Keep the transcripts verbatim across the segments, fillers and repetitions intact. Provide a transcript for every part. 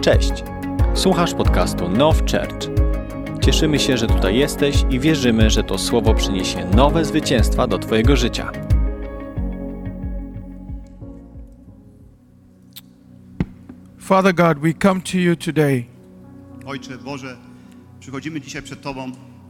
Cześć! Słuchasz podcastu Now Church. Cieszymy się, że tutaj jesteś i wierzymy, że to słowo przyniesie nowe zwycięstwa do Twojego życia. Father God, we come to you today Ojcze Boże, przychodzimy dzisiaj przed Tobą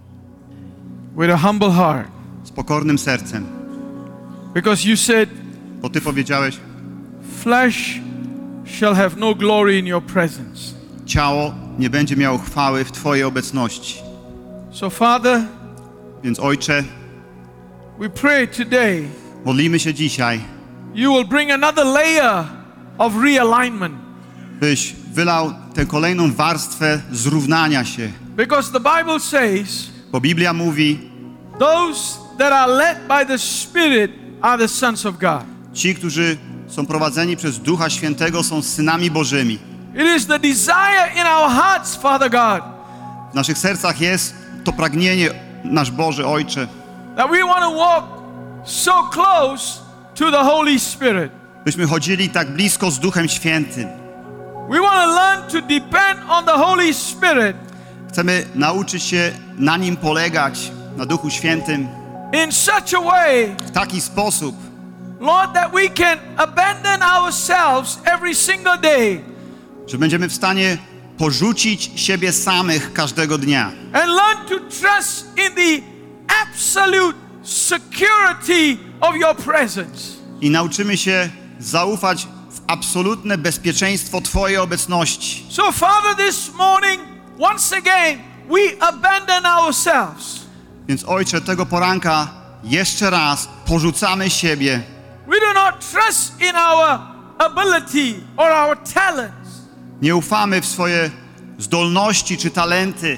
with a humble heart, z pokornym sercem, because you said, bo Ty powiedziałeś, flesh shall have no glory in your presence. ciało nie będzie miało chwały w Twojej obecności. So Father, Więc Ojcze, we pray today modlimy się dzisiaj, you will bring another layer of realignment, byś wylał tę kolejną warstwę zrównania się, because the Bible says bo Biblia mówi, those that are led by the Spirit are the sons of God. ci, którzy są prowadzeni przez Ducha Świętego, są synami Bożymi. It is the desire in our hearts, Father God, W naszych sercach jest to pragnienie, nasz Boży Ojcze, that we want to walk so close to the Holy Spirit. byśmy chodzili tak blisko z Duchem Świętym. We want to learn to depend on the Holy Spirit Chcemy nauczyć się na Nim polegać, na Duchu Świętym, in such a way, w taki sposób, Lord, that we can abandon ourselves every single day że będziemy w stanie porzucić siebie samych każdego dnia and learn to trust in the absolute security of your presence. i nauczymy się zaufać w absolutne bezpieczeństwo Twojej obecności. So, Father, this morning, once again, we abandon ourselves. Więc Ojcze, tego poranka jeszcze raz porzucamy siebie. We do not trust in our ability or our talents, Nie ufamy w swoje zdolności czy talenty,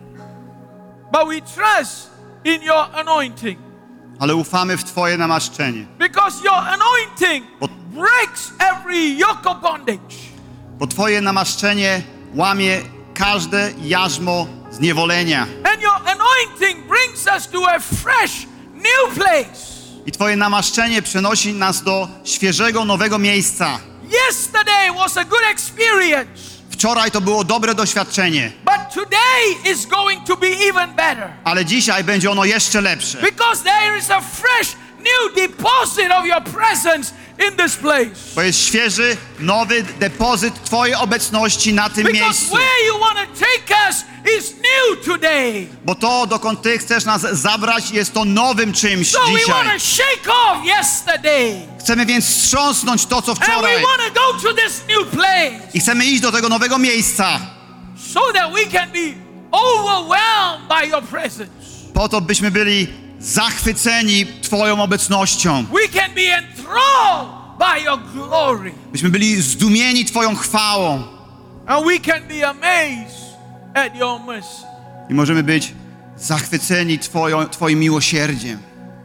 but we trust in your anointing. ale ufamy w Twoje namaszczenie. Because your anointing Bo, breaks every yoke of bondage. bo Twoje namaszczenie łamie każde jarzmo zniewolenia. And your anointing brings us to a fresh, new place. I Twoje namaszczenie przenosi nas do świeżego, nowego miejsca. Yesterday was a good experience, Wczoraj to było dobre doświadczenie, but today is going to be even better. ale dzisiaj będzie ono jeszcze lepsze. Because there is a fresh, new deposit of your presence in this place. Bo jest świeży, nowy depozyt Twojej obecności na tym Because miejscu. where you want to take us is new today. Bo to, dokąd Ty chcesz nas zabrać, jest to nowym czymś So we want dzisiaj. to shake off yesterday. Chcemy więc wstrząsnąć to, co And we wczoraj. want to go to this new place I chcemy iść do tego nowego miejsca, so that we can be overwhelmed by your presence. po to, byśmy byli zachwyceni Twoją obecnością. We can be enthralled by your glory. Byśmy byli zdumieni Twoją chwałą. And we can be amazed at your mercy. I możemy być zachwyceni Twoją, Twoim miłosierdziem.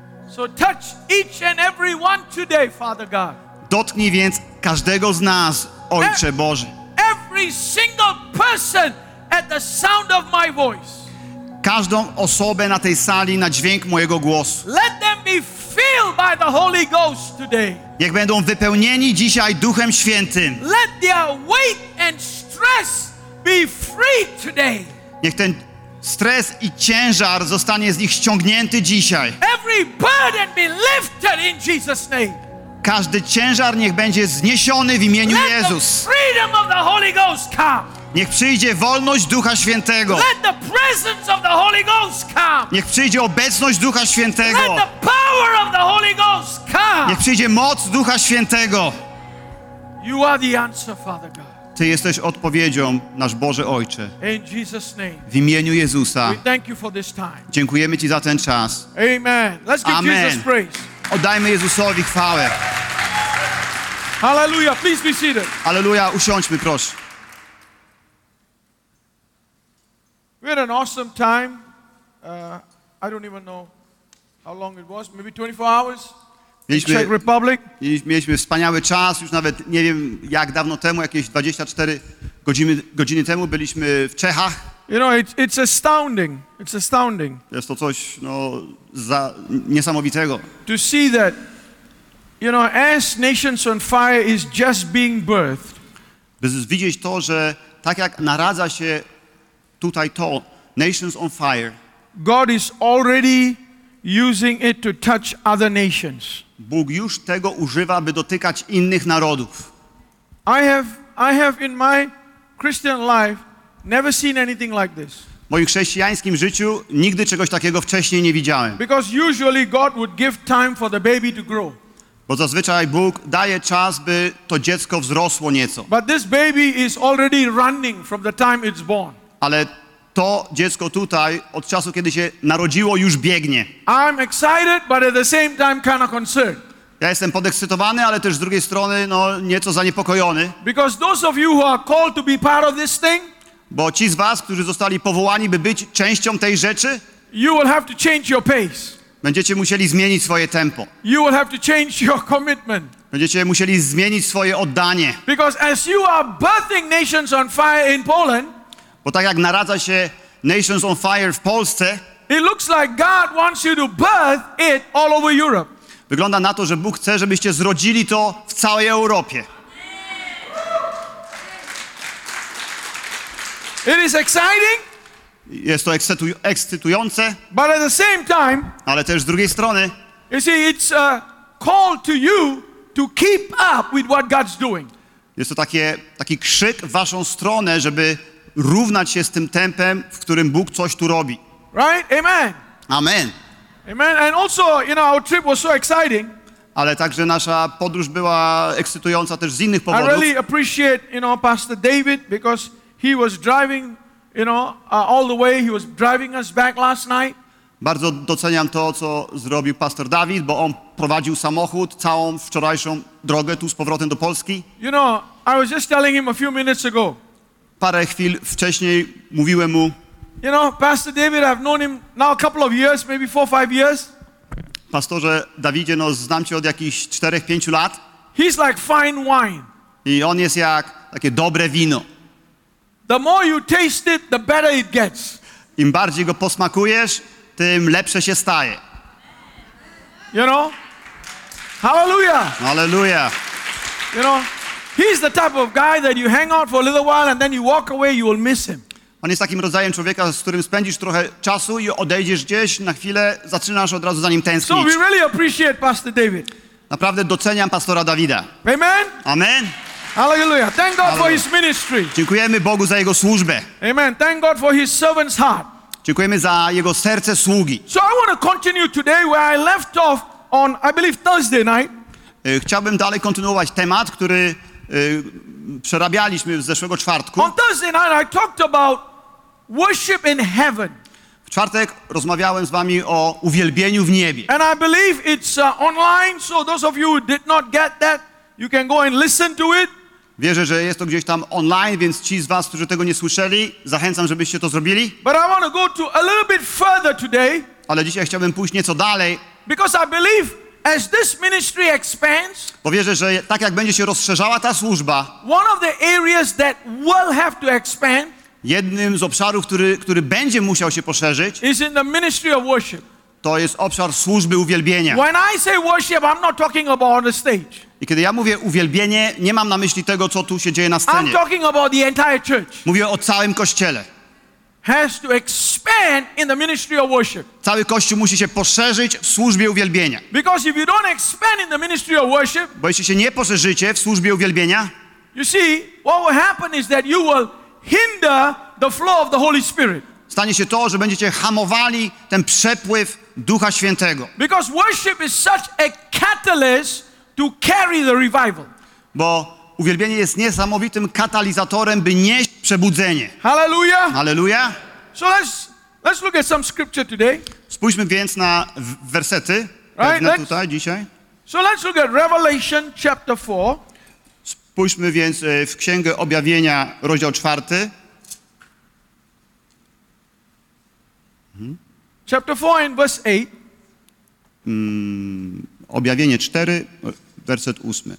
So touch each and every one today, Father God. Dotknij więc każdego z nas, Ojcze Boży. Every single person at the sound of my voice. Każdą osobę na tej sali na dźwięk mojego głosu. Let them be filled by the Holy Ghost today. Niech będą wypełnieni dzisiaj Duchem Świętym. Let their weight and stress be free today. Niech ten stres i ciężar zostanie z nich ściągnięty dzisiaj. Every burden be lifted in Jesus' name. Każdy ciężar niech będzie zniesiony w imieniu Let the Jezus. freedom of the Holy Ghost come. Niech przyjdzie wolność Ducha Świętego. Let the presence of the Holy Ghost come. Niech przyjdzie obecność Ducha Świętego. Let the power of the Holy Ghost come. Niech przyjdzie moc Ducha Świętego. You are the answer, Father God. Ty jesteś odpowiedzią, nasz Boże Ojcze. In Jesus' name. W imieniu Jezusa We thank you for this time. dziękujemy Ci za ten czas. Amen. Let's give Amen. Jesus praise. Oddajmy Jezusowi chwałę. Hallelujah. Please be seated. Alleluja, usiądźmy proszę. We had an awesome time. Uh, I don't even know how long it was. Maybe twenty-four hours. Mieliśmy, Czech Republic. mieliśmy wspaniały czas, już nawet nie wiem jak dawno temu, jakieś dwadzieścia cztery godziny, godziny temu byliśmy w Czechach. You know, it's, it's astounding. It's astounding Jest to coś no, za, niesamowitego. to see that, you know, as Nations on Fire is just being birthed, by widzieć to, że tak jak naradza się tutaj to, Nations on Fire, God is already using it to touch other nations. Bóg już tego używa, by dotykać innych narodów. I have, I have in my Christian life never seen anything like this. W moim chrześcijańskim życiu nigdy czegoś takiego wcześniej nie widziałem. Because usually God would give time for the baby to grow. Bo zazwyczaj Bóg daje czas, by to dziecko wzrosło nieco. But this baby is already running from the time it's born. Ale to dziecko tutaj od czasu, kiedy się narodziło, już biegnie. I'm excited, but at the same time kind of concerned. Ja jestem podekscytowany, ale też z drugiej strony no, nieco zaniepokojony. Because those of you who are called to be part of this thing, Bo ci z was, którzy zostali powołani, by być częścią tej rzeczy, you will have to change your pace. będziecie musieli zmienić swoje tempo. You will have to change your commitment. Będziecie musieli zmienić swoje oddanie. Because as you are birthing Nations on Fire in Poland, Bo tak jak naradza się Nations on Fire w Polsce, it looks like God wants you to birth it all over Europe. wygląda na to, że Bóg chce, żebyście zrodzili to w całej Europie. It is exciting, Jest to ekscytuj- ekscytujące, but at the same time, ale też z drugiej strony you see, it's a call to you to keep up with what God's doing. jest to takie, taki krzyk w waszą stronę, żeby równać się z tym tempem, w którym Bóg coś tu robi. Right? Amen. Amen. Amen. And also, you know, our trip was so exciting. Ale także nasza podróż była ekscytująca też z innych I powodów. really appreciate, you know, Pastor David because he was driving, you know, uh, all the way. He was driving us back last night. Bardzo doceniam to, co zrobił pastor Dawid, bo on prowadził samochód całą wczorajszą drogę tu z powrotem do Polski. You know, I was just telling him a few minutes ago. Parę chwil wcześniej mówiłem mu, You know, Pastor David, I've known him now a couple of years, maybe four, five years. pastorze Dawidzie, no znam cię od jakichś czterech, pięciu lat He's like fine wine. i on jest jak takie dobre wino. The more you taste it, the better it gets. Im bardziej go posmakujesz, tym lepsze się staje. You know? Hallelujah. Halleluja. You know, he's the type of guy that you hang out for a little while and then you walk away, you will miss him. On jest takim rodzajem człowieka, z którym spędzisz trochę czasu i odejdziesz gdzieś na chwilę, zaczynasz od razu za nim So tęsknić. we really appreciate Pastor David. Naprawdę doceniam pastora Dawida. Amen? Amen. Hallelujah. Thank God for Hallelujah. his ministry. Dziękujemy Bogu za jego służbę. Amen. Thank God for his servant's heart. Dziękujemy za jego serce sługi. So I want to continue today where I left off on, I believe, Thursday night. Y, Chciałbym dalej kontynuować temat, który y, przerabialiśmy z zeszłego czwartku. On Thursday night, I talked about worship in heaven. W czwartek rozmawiałem z wami o uwielbieniu w niebie. And I believe it's uh, online, so those of you who did not get that, you can go and listen to it. Wierzę, że jest to gdzieś tam online, więc ci z was, którzy tego nie słyszeli, zachęcam, żebyście to zrobili. But I want to go to a little bit further today Ale dzisiaj chciałbym pójść nieco dalej, because I believe as this ministry expands, bo wierzę, że tak jak będzie się rozszerzała ta służba, one of the areas that will have to expand jednym z obszarów, który, który będzie musiał się poszerzyć, is in the ministry of worship. to jest obszar służby uwielbienia. When I say worship, I'm not talking about on the stage. I kiedy ja mówię uwielbienie, nie mam na myśli tego, co tu się dzieje na I'm scenie. talking about the entire church. Mówię o całym Kościele. Has to expand in the ministry of worship. Cały Kościół musi się poszerzyć w służbie uwielbienia. Because if you don't expand in the ministry of worship, Bo jeśli się nie poszerzycie w służbie uwielbienia, you see, what will happen is that you will hinder the flow of the Holy Spirit. stanie się to, że będziecie hamowali ten przepływ Ducha Świętego. Because worship is such a catalyst to carry the revival. Bo uwielbienie jest niesamowitym katalizatorem, by nieść przebudzenie. Hallelujah. Halleluja. So let's let's look at some scripture today. Spójrzmy więc na w- wersety Right, pewne let's- tutaj dzisiaj. So let's look at Revelation chapter four. Spójrzmy więc e, w Księgę Objawienia, rozdział czwarty. Chapter four and verse eight. Objawienie cztery, werset ósmy.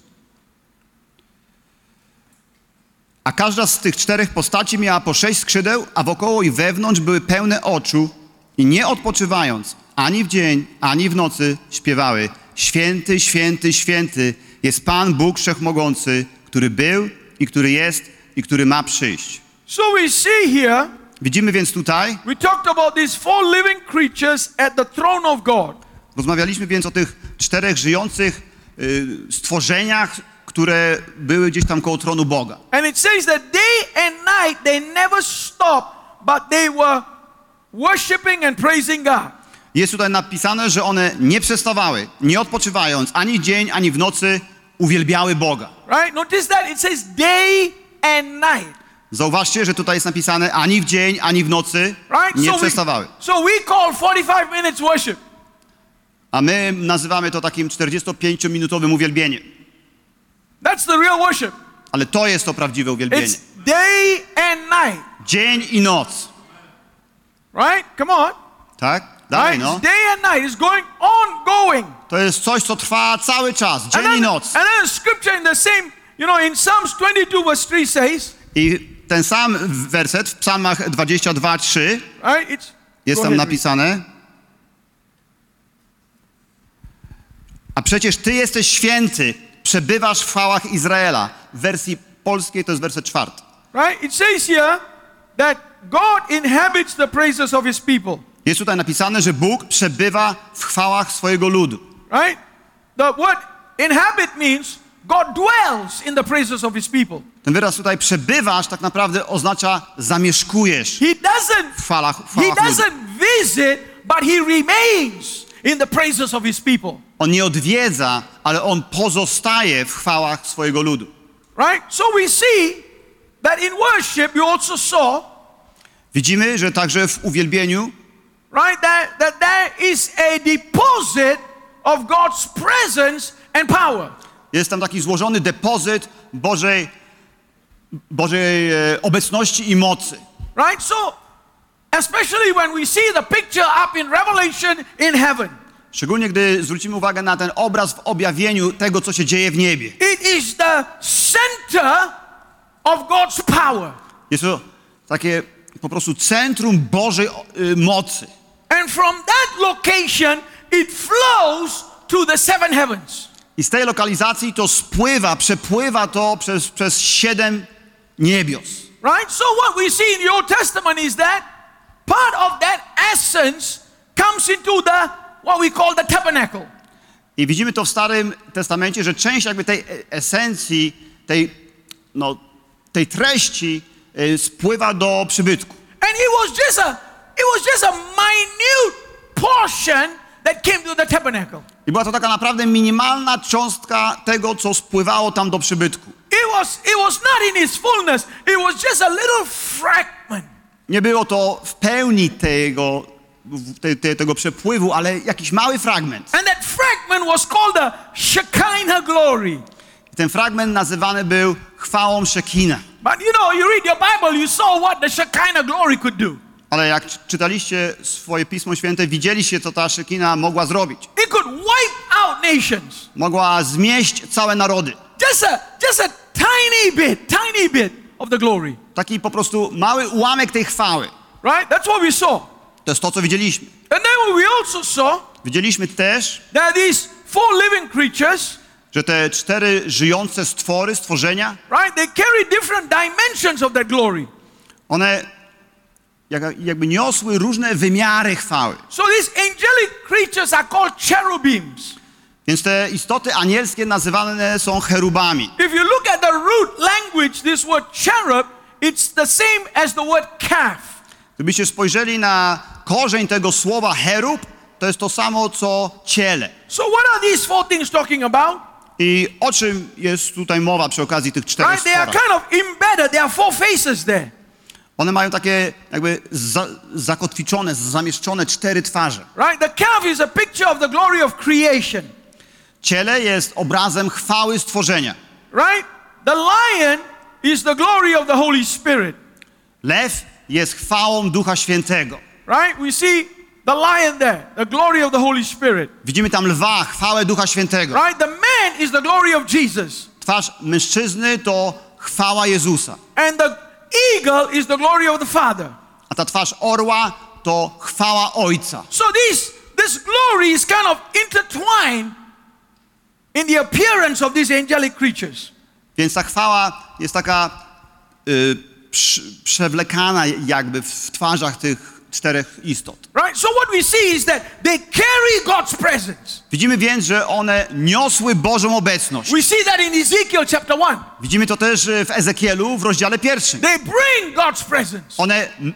A każda z tych czterech postaci miała po sześć skrzydeł, a wokoło i wewnątrz były pełne oczu i nie odpoczywając ani w dzień, ani w nocy śpiewały: Święty, święty, święty jest Pan Bóg Wszechmogący, który był i który jest i który ma przyjść. So we see here, Widzimy więc tutaj, we talked about these four living creatures at the throne of God. rozmawialiśmy więc o tych czterech żyjących y, stworzeniach, które były gdzieś tam koło tronu Boga. And it says that day and night they never stopped, but they were worshiping and praising God. Jest tutaj napisane, że one nie przestawały, nie odpoczywając, ani dzień, ani w nocy uwielbiały Boga. Right? Notice that it says day and night. Zauważcie, że tutaj jest napisane ani w dzień, ani w nocy Right? nie So we, przestawały. so we call forty-five minutes worship. A my nazywamy to takim czterdziestopięciominutowym uwielbieniem. That's the real worship. Ale to jest to prawdziwe uwielbienie. It's day and night. Dzień i noc. Right? Come on. Tak? Dalej, Right? no. It's day and night. It's going ongoing. To jest coś, co trwa cały czas, And dzień then, i noc. and then the scripture in the same, you know, in Psalms twenty-two verse three says, I ten sam werset w Psalmach dwadzieścia dwa, trzy right? It's jest go tam ahead, napisane. A przecież Ty jesteś święty, przebywasz w chwałach Izraela. W wersji polskiej to jest werset czwarty. right? It says here that God inhabits the praises of his people. Jest tutaj napisane, że Bóg przebywa w chwałach swojego ludu. Right? The word inhabit means God dwells in the praises of his people. Ten wyraz tutaj przebywasz tak naprawdę oznacza zamieszkujesz He doesn't w chwałach, w he chwałach ludu. doesn't visit, but he remains in the praises of his people. On nie odwiedza, ale on pozostaje w chwałach swojego ludu. Right? So we see that in worship you also saw, Widzimy, że także w uwielbieniu right, that, that there is a deposit of God's presence and power. jest tam taki złożony depozyt Bożej, Bożej e, obecności i mocy. Right? So, especially when we see the picture up in Revelation in heaven, Szczególnie gdy zwrócimy uwagę na ten obraz w objawieniu tego, co się dzieje w niebie. it is the center of God's power. Jest to takie po prostu centrum Bożej y, mocy. And from that location, it flows to the seven heavens. I z tej lokalizacji to spływa, przepływa to przez, przez siedem niebios. Right? So what we see in the Old Testament is that part of that essence comes into the, what we call the tabernacle. I widzimy to w Starym Testamencie, że część jakby tej e- esencji, tej, no, tej treści y, spływa do przybytku. And it was just a, it was just a minute portion that came to the tabernacle. I była to taka naprawdę minimalna cząstka tego, co spływało tam do przybytku. It was, it was not in its fullness. It was just a little fragment. Nie było to w pełni tego, te, te, tego przepływu, ale jakiś mały fragment. And that fragment was called the Shekinah glory. I ten fragment nazywany był chwałą Szekina. But you know, you read your Bible, you saw what the Shekinah glory could do. Ale jak c- czytaliście swoje Pismo Święte, widzieliście, co ta Szekina mogła zrobić. It could wipe out nations. Mogła zmieść całe narody. Just a, just a tiny bit, tiny bit of the glory. Taki po prostu mały ułamek tej chwały. Right? That's what we saw. To jest to, co widzieliśmy. And then we also saw Widzieliśmy też, that these four living creatures, że te cztery żyjące stwory, stworzenia, right, they carry different dimensions of that glory. one jak, jakby niosły różne wymiary chwały. So these angelic creatures are called cherubims. Więc te istoty anielskie nazywane są cherubami. If you look at the root language, this word cherub, it's the same as the word calf. Gdybyście spojrzeli na korzeń tego słowa cherub, to jest to samo, co ciele. So what are these four things talking about? I o czym jest tutaj mowa przy okazji tych czterech Right? They are stworach? kind of embedded. There are four faces there. One mają takie jakby za, zakotwiczone, zamieszczone cztery twarze. Right? The calf is a picture of the glory of creation. Ciele jest obrazem chwały stworzenia. Right? The lion is the glory of the Holy Spirit. Lew jest chwałą Ducha Świętego. Right? We see the lion there, the glory of the Holy Spirit. Widzimy tam lwa, chwałę Ducha Świętego. Right? The man is the glory of Jesus. Twarz mężczyzny to chwała Jezusa. And the eagle is the glory of the Father. A ta twarz orła to chwała Ojca. So this, this glory is kind of intertwined in the appearance of these angelic creatures. Więc ta chwała jest taka y, przy, przewlekana jakby w twarzach tych czterech istot. Right? So what we see is that they carry God's presence. Widzimy więc, że one niosły Bożą obecność. We see that in Ezekiel chapter one. Widzimy to też w Ezekielu w rozdziale pierwszym. They bring God's presence. One m-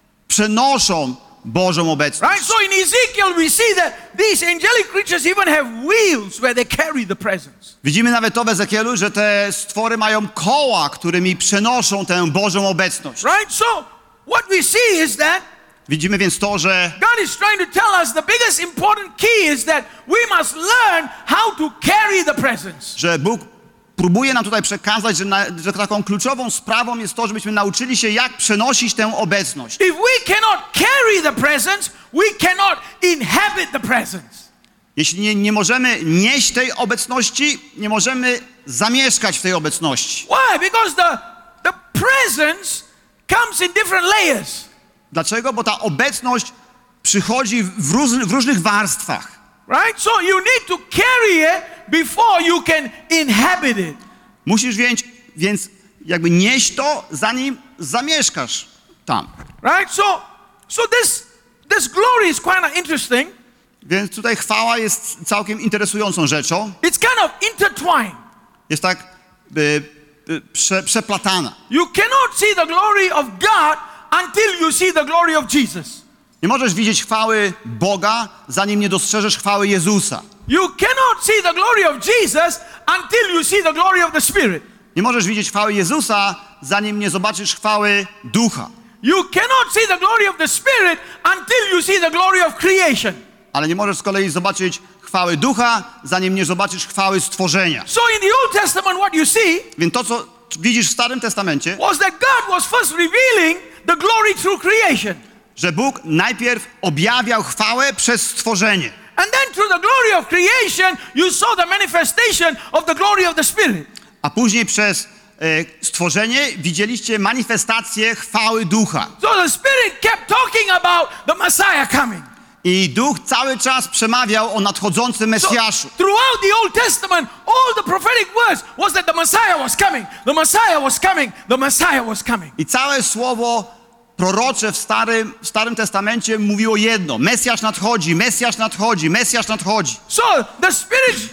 przenoszą Bożą obecność. Right? So in Ezekiel we see that these angelic creatures even have wheels where they carry the presence. Widzimy nawet to w Ezekielu, że te stwory mają koła, którymi przenoszą tę Bożą obecność. Right? So what we see is that Widzimy więc to, że God is trying to tell us the biggest important key is that we must learn how to carry the presence. że Bóg próbuje nam tutaj przekazać, że, na, że taką kluczową sprawą jest to, żebyśmy nauczyli się, jak przenosić tę obecność. If we cannot carry the presence, we cannot inhabit the presence. Jeśli nie, nie możemy nieść tej obecności, nie możemy zamieszkać w tej obecności. Why? Because the, the presence comes in different layers. Dlaczego? Bo ta obecność przychodzi w, różny, w różnych warstwach. Right? So you need to carry it before you can inhabit it. Musisz więc, więc jakby nieść to, zanim zamieszkasz tam. Right? So so this this glory is kind of interesting. Więc tutaj chwała jest całkiem interesującą rzeczą. It's kind of intertwined. Jest tak y, y, prze, przeplatana. You cannot see the glory of God until you see the glory of Jesus. Nie możesz widzieć chwały Boga, zanim nie dostrzeżesz chwały Jezusa. You cannot see the glory of Jesus until you see the glory of the Spirit. Nie możesz widzieć chwały Jezusa, zanim nie zobaczysz chwały Ducha. You cannot see the glory of the Spirit until you see the glory of creation. Ale nie możesz z kolei zobaczyć chwały Ducha, zanim nie zobaczysz chwały stworzenia. So in the Old Testament what you see Więc to, co widzisz w Starym Testamencie, was that God was first revealing the glory through creation. że Bóg najpierw objawiał chwałę przez stworzenie. And then through the glory of creation you saw the manifestation of the glory of the Spirit. A później przez e, stworzenie widzieliście manifestację chwały Ducha. So the Spirit kept talking about the Messiah coming. I Duch cały czas przemawiał o nadchodzącym So Mesjaszu. throughout the Old Testament, all the prophetic words was that the Messiah was coming, the Messiah was coming, the Messiah was coming. I całe słowo prorocze w Starym, w Starym Testamencie mówiło jedno. Mesjasz nadchodzi, Mesjasz nadchodzi, Mesjasz nadchodzi. So the Spirit's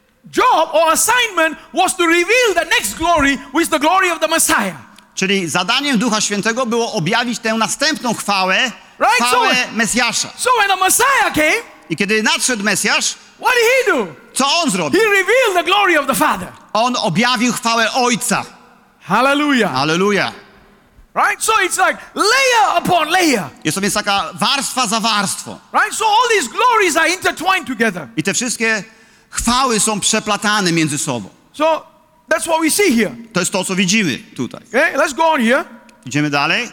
job or assignment was to reveal the next glory, which is the glory of the Messiah. Czyli zadaniem Ducha Świętego było objawić tę następną chwałę, Right, chwałę so- Mesjasza. So when the Messiah came, I kiedy nadszedł Mesjasz, what did he do? co on zrobił? He revealed the glory of the Father. On objawił chwałę Ojca. Hallelujah. Alleluja. Right? So it's like layer upon layer. Jest to więc taka warstwa za warstwą. Right? So all these glories are intertwined together. I te wszystkie chwały są przeplatane między sobą. So that's what we see here. To jest to, co widzimy tutaj. Okay, let's go on here. Idziemy dalej.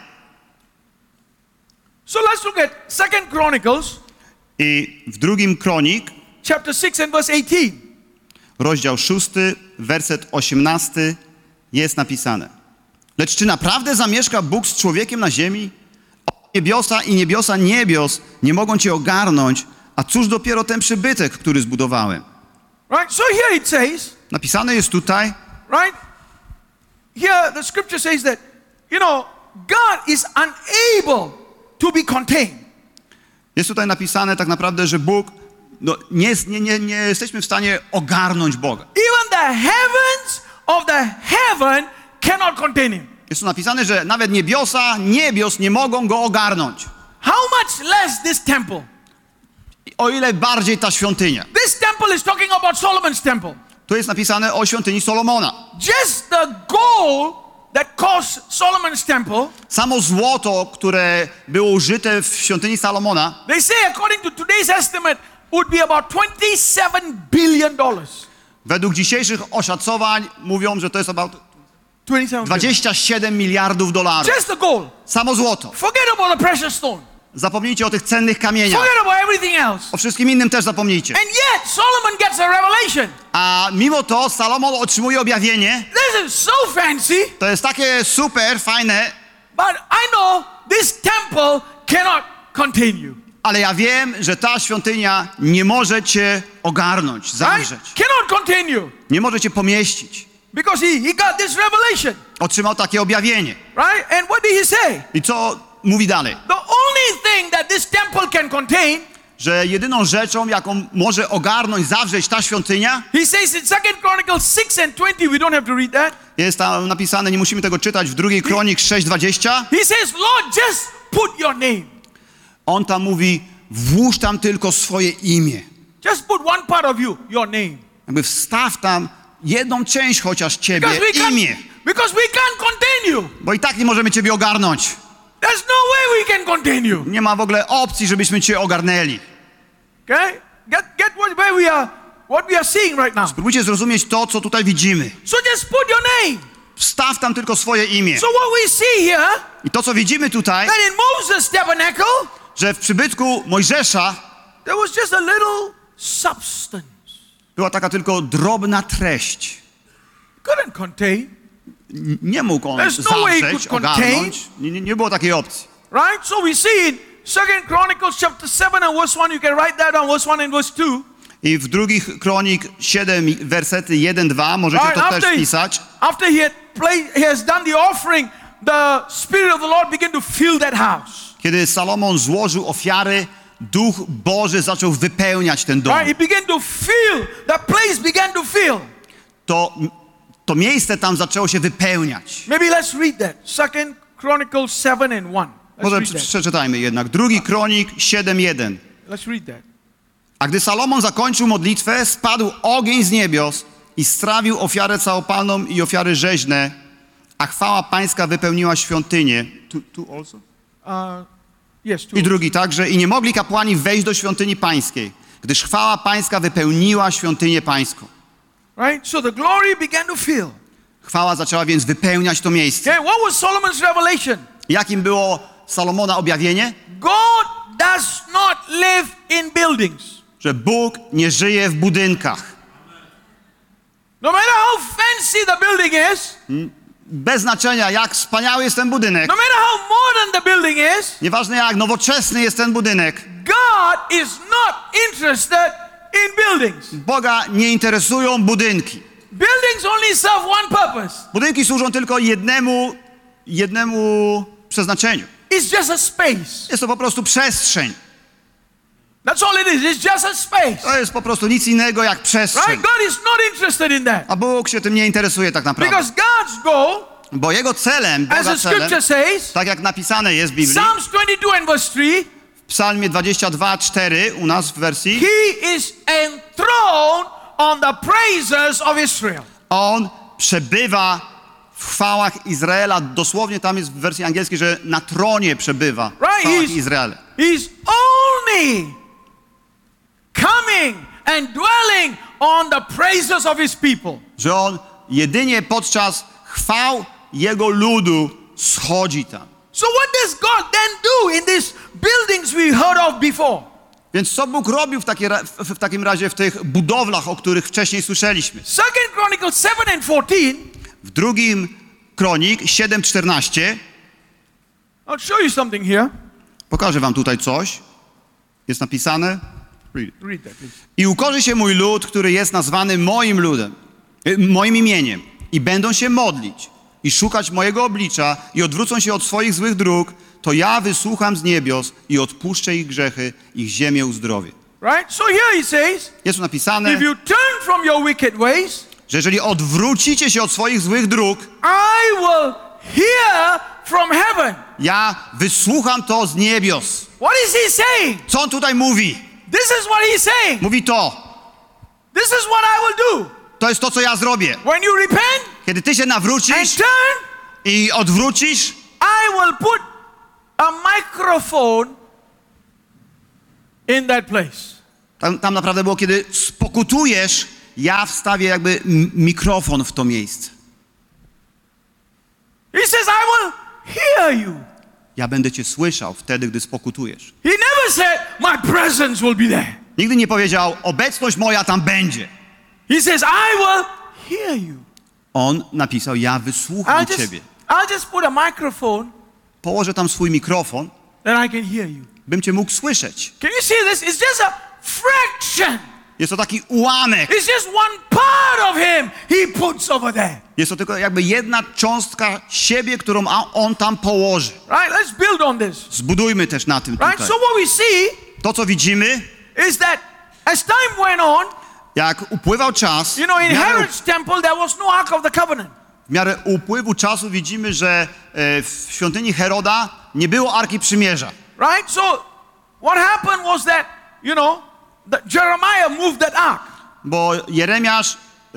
So let's look at Second Chronicles I w drugim Kronik, chapter six and verse eighteen. rozdział szósty, werset osiemnasty, jest napisane: Lecz czy naprawdę zamieszka Bóg z człowiekiem na ziemi? O, niebiosa i niebiosa niebios nie mogą cię ogarnąć, a cóż dopiero ten przybytek, który zbudowałem? Right? So here it says, Napisane jest tutaj, right? Here the scripture says that, you know, God is unable to be contained. jest tutaj napisane tak naprawdę, że Bóg, no, nie, nie, nie, nie jesteśmy w stanie ogarnąć Boga. Even the heavens of the heaven cannot contain him. Jest tu napisane, że nawet niebiosa, niebios nie mogą go ogarnąć. How much less this temple? O ile bardziej ta świątynia. This temple is talking about Solomon's temple. Tu jest napisane o świątyni Solomona. Just the gold that cost Solomon's temple, Samo złoto, które było użyte w świątyni Salomona, they say according to today's estimate would be about twenty-seven billion dollars. według dzisiejszych oszacowań mówią, że to jest about twenty-seven billion. dwadzieścia siedem miliardów dolarów. Just the gold. Samo złoto. Forget about the precious stone. Zapomnijcie o tych cennych kamieniach. Forget about everything else. O wszystkim innym też zapomnijcie. And yet Solomon gets a revelation. A mimo to Salomon otrzymuje objawienie. This is so fancy, To jest takie super, fajne, but I know this temple cannot contain you. ale ja wiem, że ta świątynia nie może cię ogarnąć, Right? zawrzeć. Cannot contain you. Nie może cię pomieścić. Because he, he got this revelation, Otrzymał takie objawienie. right? And what did he say? I co mówi dalej? The only thing that this temple can contain, Że jedyną rzeczą, jaką może ogarnąć, zawrzeć ta świątynia, he says in Second Chronicles six and twenty, we don't have to read that. jest tam napisane, nie musimy tego czytać, w drugiej Kronik sześć dwadzieścia. He says, Lord, just put your name. On tam mówi, włóż tam tylko swoje imię. Just put one part of you, your name. Jakby wstaw tam jedną część chociaż ciebie, Because we can't, imię. because we can't contain you. Bo i tak nie możemy ciebie ogarnąć. There's no way we can contain you. Nie ma w ogóle opcji, żebyśmy cię ogarnęli. Okay? Get, get what, where we are, what we are seeing right now. Spróbujcie zrozumieć to, co tutaj widzimy. So just put your name. Wstaw tam tylko swoje imię. So what we see here, I to, co widzimy tutaj, that in Moses' tabernacle, że w przybytku Mojżesza there was just a little substance. była taka tylko drobna treść. Couldn't contain, N- Nie mógł on There's no way he zawrzeć, could contain. ogarnąć. Nie, nie, nie było takiej opcji. right? So we see in Second Chronicles chapter seven and verse one, you can write that on verse one and verse two. I w drugich Kronik siedem, wersety jeden dwa, możecie Right, to after, też he, pisać. after he, had played, he has done the offering, the Spirit of the Lord began to fill that house. Kiedy Salomon złożył ofiary, Duch Boży zaczął wypełniać ten dom. Right? He began to fill, that place began to fill. To, to miejsce tam zaczęło się wypełniać. Maybe let's read that. Second Chronicles seven and one. Let's Może read that. przeczytajmy jednak. Drugi Kronik siedem jeden. Let's read that. A gdy Salomon zakończył modlitwę, spadł ogień z niebios i strawił ofiarę całopalną i ofiary rzeźne, a chwała pańska wypełniła świątynię. Tu, tu also? Uh, yes, two. I drugi także. I nie mogli kapłani wejść do świątyni pańskiej, gdyż chwała pańska wypełniła świątynię pańską. Right? So the glory began to fill. Chwała zaczęła więc wypełniać to miejsce. Okay, what was Solomon's revelation? Jakim było Salomona objawienie? God does not live in buildings. Że Bóg nie żyje w budynkach. No matter how fancy the building is, Bez znaczenia, jak wspaniały jest ten budynek, no matter how modern the building is, nieważne jak nowoczesny jest ten budynek, God is not interested in buildings. Boga nie interesują budynki. Buildings only serve one purpose. Budynki służą tylko jednemu, jednemu przeznaczeniu. It's just a space. Jest to po prostu przestrzeń. That's all it is. It's just a space. To jest po prostu nic innego jak przestrzeń. Right? God is not interested in that. A Bóg się tym nie interesuje tak naprawdę. Because God's goal, Bo Jego celem, as Boga the scripture celem, says, tak jak napisane jest w Biblii, Psalms twenty-two and verse three, w Psalmie dwadzieścia dwa, cztery u nas w wersji, He is enthroned on the praises of Israel. On przebywa w chwałach Izraela. Dosłownie tam jest w wersji angielskiej, że na tronie przebywa w Right? chwałach He's, Izraela. he's only coming and dwelling on the praises of His people. Że On jedynie podczas chwał Jego ludu schodzi tam. So what does God then do in these buildings we heard of before? Więc co Bóg robił w, takie, w, w takim razie w tych budowlach, o których wcześniej słyszeliśmy? Second Chronicles seven and fourteen. W drugim Kronik siedem czternaście I'll show you something here. pokażę wam tutaj coś. Jest napisane. Read it. Read that, please. I ukorzy się mój lud, który jest nazwany moim ludem, y, moim imieniem, i będą się modlić i szukać mojego oblicza i odwrócą się od swoich złych dróg, to ja wysłucham z niebios i odpuszczę ich grzechy, ich ziemię uzdrowię. Right? So here he says, Jest tu napisane, if you turn from your wicked ways, że jeżeli odwrócicie się od swoich złych dróg, I will hear from heaven. ja wysłucham to z niebios. What is he saying? Co on tutaj mówi? This is what he's saying. Mówi to. This is what I will do. To jest to, co ja zrobię. When you repent Kiedy ty się and nawrócisz turn, i odwrócisz, I will put a microphone in that place. tam, tam naprawdę było, kiedy spokutujesz, ja wstawię jakby m- mikrofon w to miejsce. He says, I will hear you. Ja będę cię słyszał wtedy, gdy spokutujesz. He never said, my presence will be there. Nigdy nie powiedział, obecność moja tam będzie. He says, I will hear you. On napisał, ja wysłucham I'll just, ciebie. I'll just put a microphone Położę tam swój mikrofon, that I can hear you. bym cię mógł słyszeć. Can you see this? It's just a fraction. Jest to taki ułamek. It's just one part of him he puts over there. Jest to tylko jakby jedna cząstka siebie, którą on tam położy. Right? Let's build on this. Zbudujmy też na tym Right? tutaj. So what we see To, co widzimy, is that as time went on, jak upływał czas, you know, in w miarę, Herod's temple there was no Ark of the Covenant. w miarę upływu czasu widzimy, że e, w świątyni Heroda nie było Arki Przymierza. Right? So what happened was that, you know, that Jeremiah moved that ark. Bo Jeremiasz y,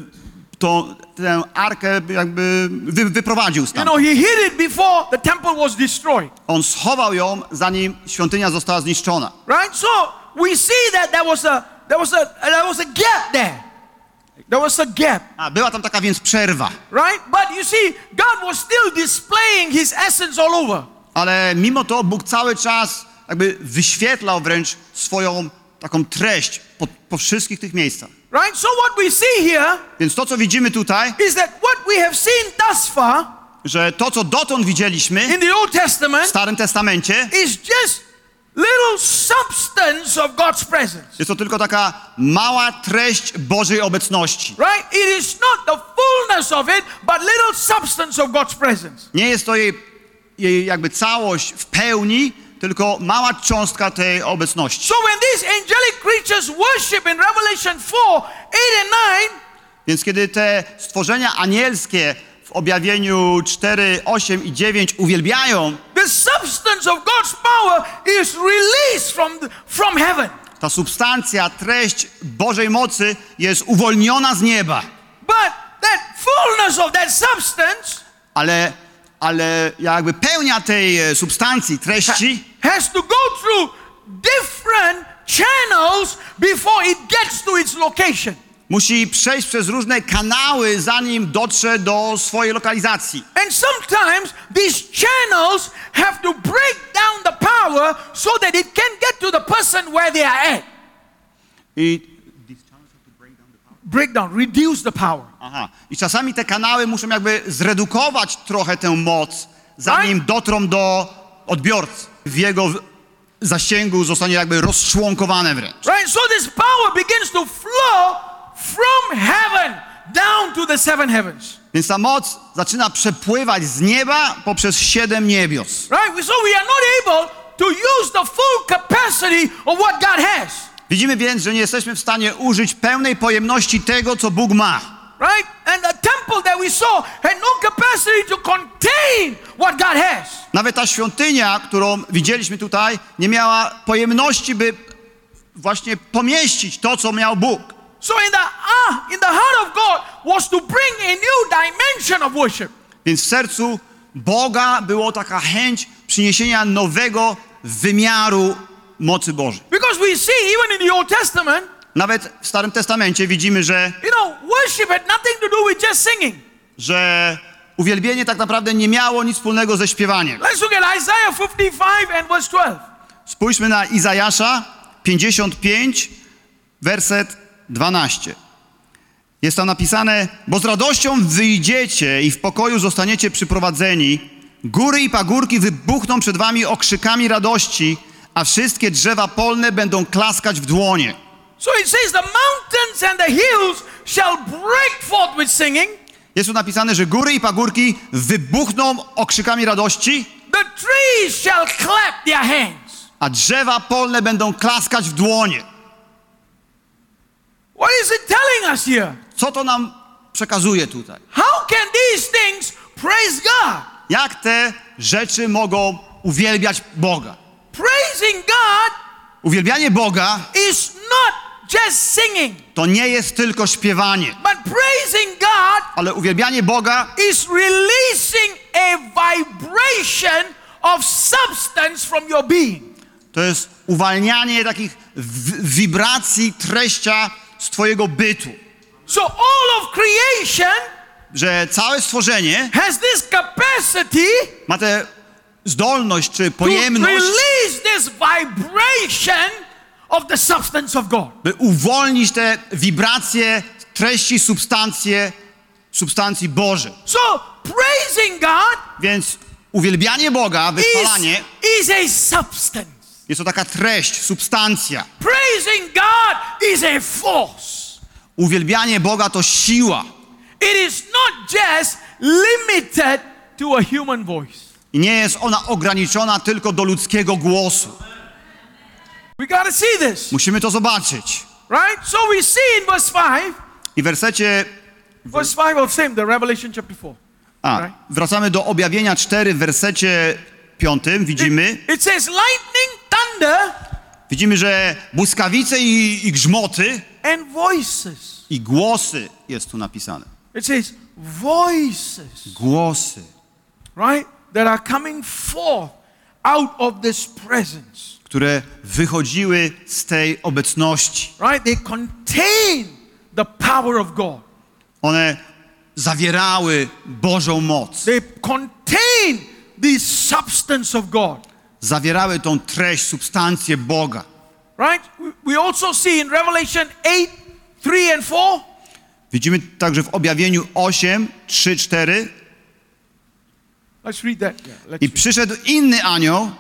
to, tę arkę jakby wy, wyprowadził You stamtąd. know, he hid it before the temple was destroyed. On schował ją, zanim świątynia została zniszczona. Right? So we see that there was a there was a there was a gap there. There was a gap. A, była tam taka więc przerwa. Right? But you see, God was still displaying his essence all over. Ale mimo to Bóg cały czas jakby wyświetlał wręcz swoją taką treść po, po wszystkich tych miejscach. Right? So what we see here Więc to, co widzimy tutaj, is that what we have seen thus far że to, co dotąd widzieliśmy in the Old w Testament Starym Testamencie, is just little substance of God's presence. jest to tylko taka mała treść Bożej obecności. Right? It is not the fullness of it, but little substance of God's presence. Nie jest to jej, jej jakby całość w pełni, tylko mała cząstka tej obecności. So when these angelic creatures worship in Revelation four, eight and nine, Więc kiedy te stworzenia anielskie w objawieniu cztery, osiem i dziewięć uwielbiają, the substance of God's power is released from, the, from heaven. ta substancja, treść Bożej mocy jest uwolniona z nieba. But that fullness of that substance Ale, ale jakby pełnia tej e, substancji, treści has to go through different channels before it gets to its location. musi przejść przez różne kanały, zanim dotrze do swojej lokalizacji. And sometimes these channels have to break down the power so that it can get to the person where they are at. I, Break down, reduce the power. aha, I czasami te kanały muszą jakby zredukować trochę tę moc, zanim Right? dotrą do odbiorcy. W jego zasięgu zostanie jakby rozczłonkowane wręcz. Right? So this power begins to flow from heaven down to the seven heavens. Więc ta moc zaczyna przepływać z nieba poprzez siedem niebios. Right? So we are not able to use the full capacity of what God has. Widzimy więc, że nie jesteśmy w stanie użyć pełnej pojemności tego, co Bóg ma. Right? And the temple that we saw had no capacity to contain what God has. Nawet ta świątynia, którą widzieliśmy tutaj, nie miała pojemności, by właśnie pomieścić to, co miał Bóg. So in the ah, in the heart of God was to bring a new dimension of worship. Więc w sercu Boga było taka chęć przyniesienia nowego wymiaru mocy Bożej. Because we see even in the Old Testament, Nawet w Starym Testamencie widzimy, że, you know, worship had nothing to do with just singing. że uwielbienie tak naprawdę nie miało nic wspólnego ze śpiewaniem. Let's look at Isaiah fifty-five and verse twelve. Spójrzmy na Izajasza pięćdziesiąt pięć, werset dwanaście. Jest tam napisane: bo z radością wyjdziecie i w pokoju zostaniecie przyprowadzeni. Góry i pagórki wybuchną przed wami okrzykami radości, a wszystkie drzewa polne będą klaskać w dłonie. So it says the mountains and the hills shall break forth with singing. Jest tu napisane, że góry i pagórki wybuchną okrzykami radości, The trees shall clap their hands. a drzewa polne będą klaskać w dłonie. What is it telling us here? Co to nam przekazuje tutaj? How can these things praise God? Jak te rzeczy mogą uwielbiać Boga? Praising God Uwielbianie Boga is not just singing, to nie jest tylko śpiewanie, but praising God ale uwielbianie Boga is releasing a vibration of substance from your being. to jest uwalnianie takich w- wibracji, treścia z twojego bytu. So all of creation Że całe stworzenie has this capacity ma tę zdolność czy to pojemność, release this vibration of the substance of God. by uwolnić te wibracje, treści, substancje, substancji Bożej. So praising God Więc uwielbianie Boga, is, wychwalanie is a substance. Jest to taka treść, substancja. Praising God is a force. Uwielbianie Boga to siła. It is not just limited to a human voice. I nie jest ona ograniczona tylko do ludzkiego głosu. We gotta see this, Musimy to zobaczyć. right? So we see in verse five, I w wersecie... verse five of same, the Revelation chapter four. A, Right. wracamy do Objawienia cztery w wersecie piątym. Widzimy, It, it says lightning, thunder, widzimy, że błyskawice i, i grzmoty and voices. i głosy jest tu napisane. It says voices, Głosy, right? That are coming forth out of this presence, które wychodziły z tej obecności. right? They contain the power of God. One zawierały Bożą moc. They contain the substance of God, Zawierały tą treść, substancję Boga. right? We- We also see in Revelation eight, three and four, Widzimy także w Objawieniu osiem, trzy, cztery. let's read that. Yeah, let's I przyszedł inny anioł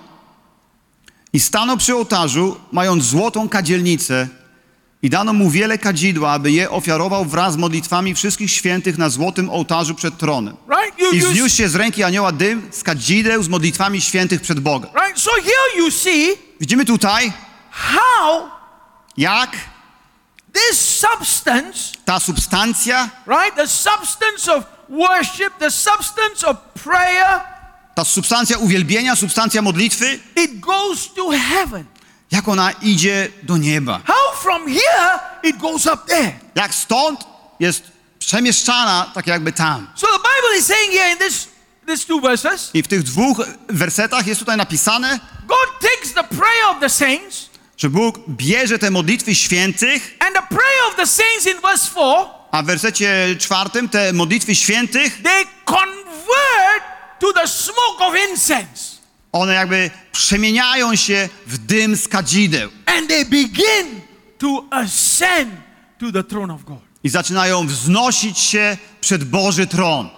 i stanął przy ołtarzu, mając złotą kadzielnicę, i dano mu wiele kadzidła, aby je ofiarował wraz z modlitwami wszystkich świętych na złotym ołtarzu przed tronem. Right? You, I you, wzniósł się z ręki anioła dym z kadzideł z modlitwami świętych przed Bogiem. right? So here you see Widzimy tutaj, how jak this substance, ta substancja, right? The substance of worship, the substance of prayer, ta substancja uwielbienia, substancja modlitwy, it goes to heaven. jak ona idzie do nieba. How from here it goes up there. Jak stąd jest przemieszczana tak jakby tam. So the Bible is saying here in this these two verses, I w tych dwóch wersetach jest tutaj napisane, God takes the prayer of the saints, że Bóg bierze te modlitwy świętych, and the prayer of the saints in verse four, a w wersecie czwartym te modlitwy świętych, they convert to the smoke of incense. one jakby przemieniają się w dym z kadzideł And they begin to ascend to the throne of God. i zaczynają wznosić się przed Boży tron.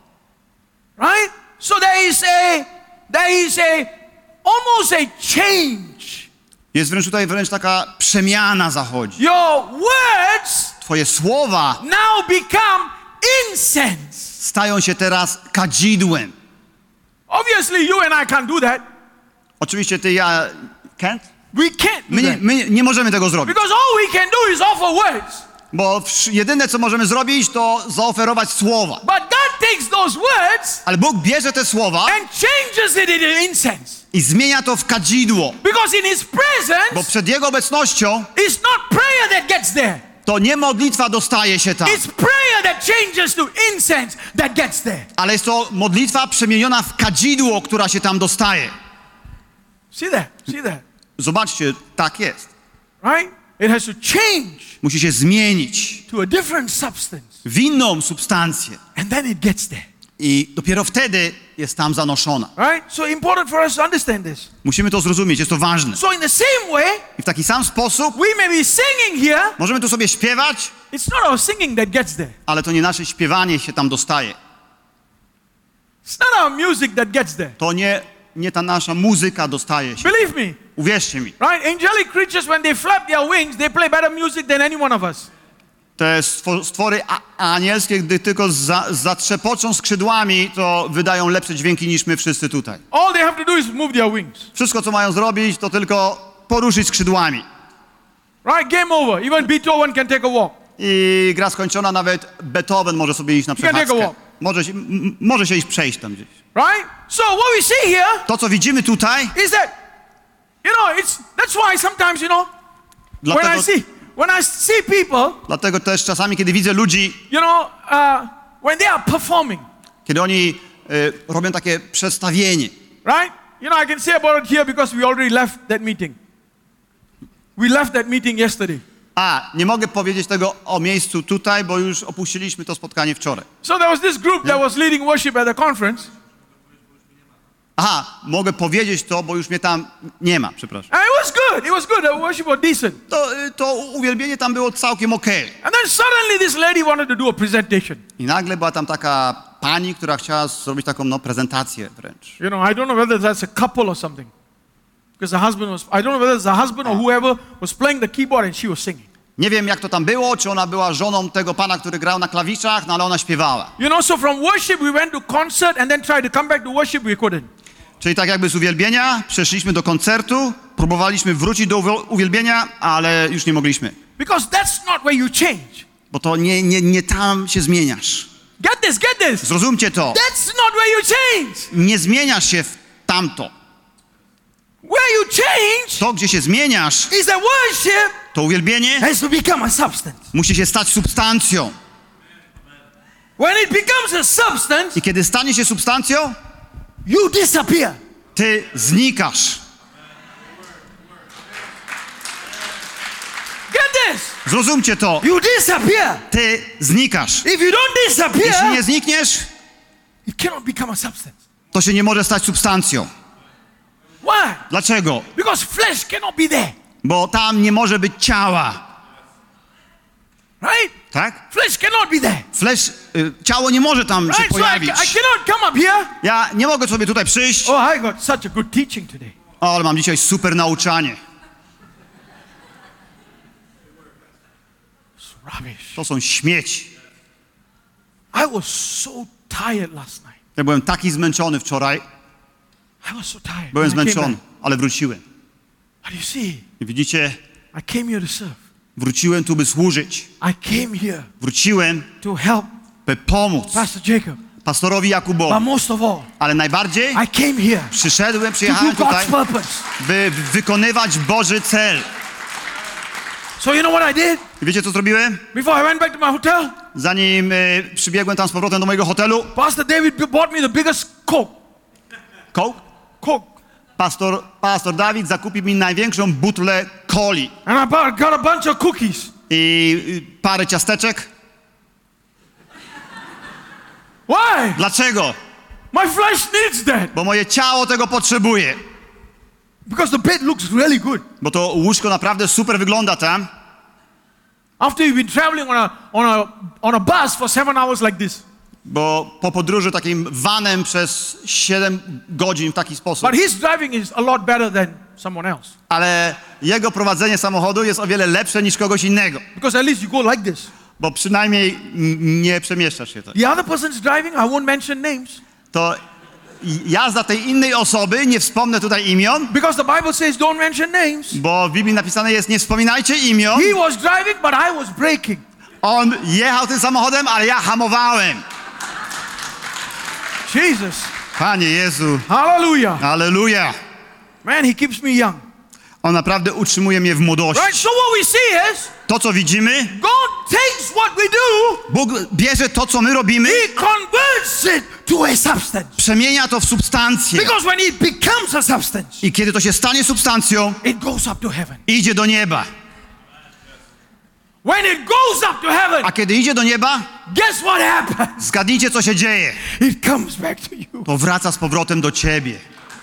Right? So there is a there is a almost a change. Jest wręcz tutaj wręcz taka przemiana zachodzi. Your words Twoje słowa now become incense. stają się teraz kadzidłem. Obviously you and I can't do that. Oczywiście ty i ja can't? We can't do My nie, that. my nie możemy tego zrobić, Because all we can do is offer words. bo wsz- jedyne co możemy zrobić to zaoferować słowa. But God takes those words Ale Bóg bierze te słowa and changes it into incense. i zmienia to w kadzidło, Because in his bo presence przed Jego obecnością it's not prayer that gets there. to nie modlitwa dostaje się tam, It's prayer that changes to incense that gets there. ale jest to modlitwa przemieniona w kadzidło, która się tam dostaje. See that? See that? Zobaczcie, tak jest. Right? It has to change Musi się zmienić to a different substance. w inną substancję And then it gets there. i dopiero wtedy jest tam zanoszona. Right? So important for us to understand this. Musimy to zrozumieć, jest to ważne. So in the same way, I w taki sam sposób we may be singing here. możemy tu sobie śpiewać, It's not our singing that gets there. ale to nie nasze śpiewanie się tam dostaje. It's not our music that gets there. To nie, nie ta nasza muzyka dostaje się. Believe me. Uwierzcie mi. Right? Angelic creatures, when they flap their wings, they play better music than any one of us. Te stwo- stwory a- anielskie, gdy tylko za, zatrzepoczą skrzydłami, to wydają lepsze dźwięki niż my wszyscy tutaj. All they have to do is move their wings. Wszystko, co mają zrobić, to tylko poruszyć skrzydłami. Right? Game over. Even Beethoven can take a walk. I gra skończona, nawet Beethoven może sobie iść na can take a przechadzkę. walk. Może się, m- może się iść przejść tam gdzieś. Right? So what we see here To, co widzimy tutaj, is that, you know, it's that's why sometimes, you know, when dlatego, I see when I see people, dlatego też czasami, kiedy widzę ludzi, you know, uh, when they are performing, kiedy oni y, robią takie przedstawienie, right? You know, I can say about it here because we already left that meeting. We left that meeting yesterday. a, nie mogę powiedzieć tego o miejscu tutaj, bo już opuściliśmy to spotkanie wczoraj. So there was this group that was leading worship at the conference, Aha, mogę powiedzieć to, bo już mnie tam nie ma, przepraszam. and it was good. It was good. The worship was decent. To, y, to uwielbienie tam było całkiem okej. And then suddenly this lady wanted to do a presentation. I nagle była tam taka pani, która chciała zrobić taką no, prezentację wręcz. You know, I don't know whether that's a couple or something. Because the husband was, I don't know whether it's the husband or whoever was playing the keyboard and she was singing. Nie wiem, jak to tam było, czy ona była żoną tego pana, który grał na klawiszach, no ale ona śpiewała. You know, so from worship we went to concert and then tried to come back to worship, we couldn't. Czyli tak jakby z uwielbienia przeszliśmy do koncertu, próbowaliśmy wrócić do uwi- uwielbienia, ale już nie mogliśmy. Because that's not where you change. Bo to nie, nie, nie tam się zmieniasz. Get this, get this. Zrozumcie to. That's not where you change. Nie zmieniasz się w tamto. Where you change To, gdzie się zmieniasz, is that worship to uwielbienie has to become a substance. musi się stać substancją. When it becomes a substance, I kiedy stanie się substancją, you disappear. ty znikasz. Get this. Zrozumcie to. You disappear. Ty znikasz. If you don't disappear, Jeśli nie znikniesz, it cannot become a substance. to się nie może stać substancją. Why? Dlaczego? Because flesh cannot be there. Bo tam nie może być ciała. Right? Tak? Flesh cannot be there. Flesh, y, ciało nie może tam się Right? So I, pojawić. I cannot come up here. Ja nie mogę sobie tutaj przyjść. Oh, I got such a good teaching today. O, ale mam dzisiaj super nauczanie. It's rubbish. To są śmieci. I was so tired last night. Ja byłem taki zmęczony wczoraj. I was so tired. Byłem when I came zmęczony, back. ale wróciłem. But you see, I widzicie, I came here to serve. wróciłem tu, by służyć. I came here Wróciłem, to help by pomóc Pastor Jacob. pastorowi But Jakubowi. most of all, Ale najbardziej I came here przyszedłem, to do przyjechałem tutaj, God's purpose. by wykonywać Boży cel. So you know what I did? I wiecie, co zrobiłem? Before I went back to my hotel, Zanim y, przybiegłem tam z powrotem do mojego hotelu, Pastor David b- bought me the biggest Coke. Coke, Coke. pastor, pastor Dawid zakupił mi największą butlę coli And I bought, got a bunch of cookies. i y, parę ciasteczek. Why? Dlaczego? My flesh needs that. Bo moje ciało tego potrzebuje. Because the bed looks really good. Bo to łóżko naprawdę super wygląda tam. After you've been traveling on a, on a, on a bus for seven hours like this. Bo po podróży takim vanem przez siedem godzin w taki sposób. But his driving is a lot better than someone else. Ale jego prowadzenie samochodu jest o wiele lepsze niż kogoś innego. Because at least you go like this. Bo przynajmniej n- nie przemieszczasz się tak. The other person's driving, I won't mention names. To jazda tej innej osoby, nie wspomnę tutaj imion, Because the Bible says don't mention names. bo w Biblii napisane jest nie wspominajcie imion. He was driving, but I was braking. On jechał tym samochodem, ale ja hamowałem. Jesus. Panie Jezu, Hallelujah. alleluja. Man, he keeps me young. On naprawdę utrzymuje mnie w młodości. Right? So what we see is To, co widzimy, God takes what we do, Bóg bierze to, co my robimy, he converts it to a substance. przemienia to w substancję. Because when it becomes a substance, I kiedy to się stanie substancją, it goes up to heaven. idzie do nieba. When it goes up to heaven, A kiedy idzie do nieba, guess what happens? zgadnijcie, co się dzieje. It comes back to you. To wraca z powrotem do ciebie.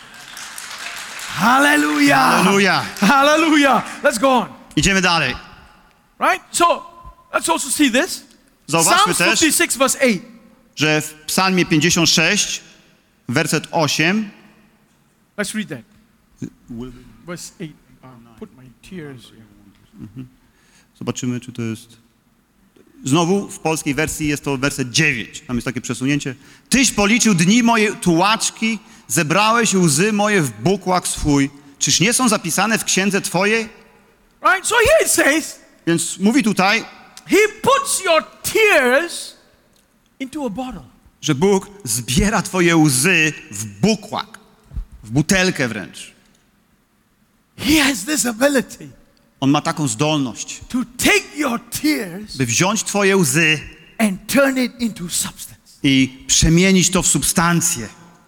Hallelujah. Alleluja. Hallelujah. Let's go on. Idziemy dalej. Right? So, let's also see this. Zauważmy Psalms też, fifty-six verse eight. że w Psalmie pięćdziesiąt sześć, werset osiem, Let's read that. Verse eight. Um, put my tears here. zobaczymy, czy to jest... Znowu w polskiej wersji jest to werset dziewięć. Tam jest takie przesunięcie. Tyś policzył dni moje tułaczki, zebrałeś łzy moje w bukłak swój. Czyż nie są zapisane w księdze twojej? Right? So here it says, Więc mówi tutaj, he puts your tears into a bottle. że Bóg zbiera twoje łzy w bukłak, w butelkę wręcz. He has this ability On ma taką zdolność, to take your tears by wziąć twoje łzy and turn it into substance. i przemienić to w substancję.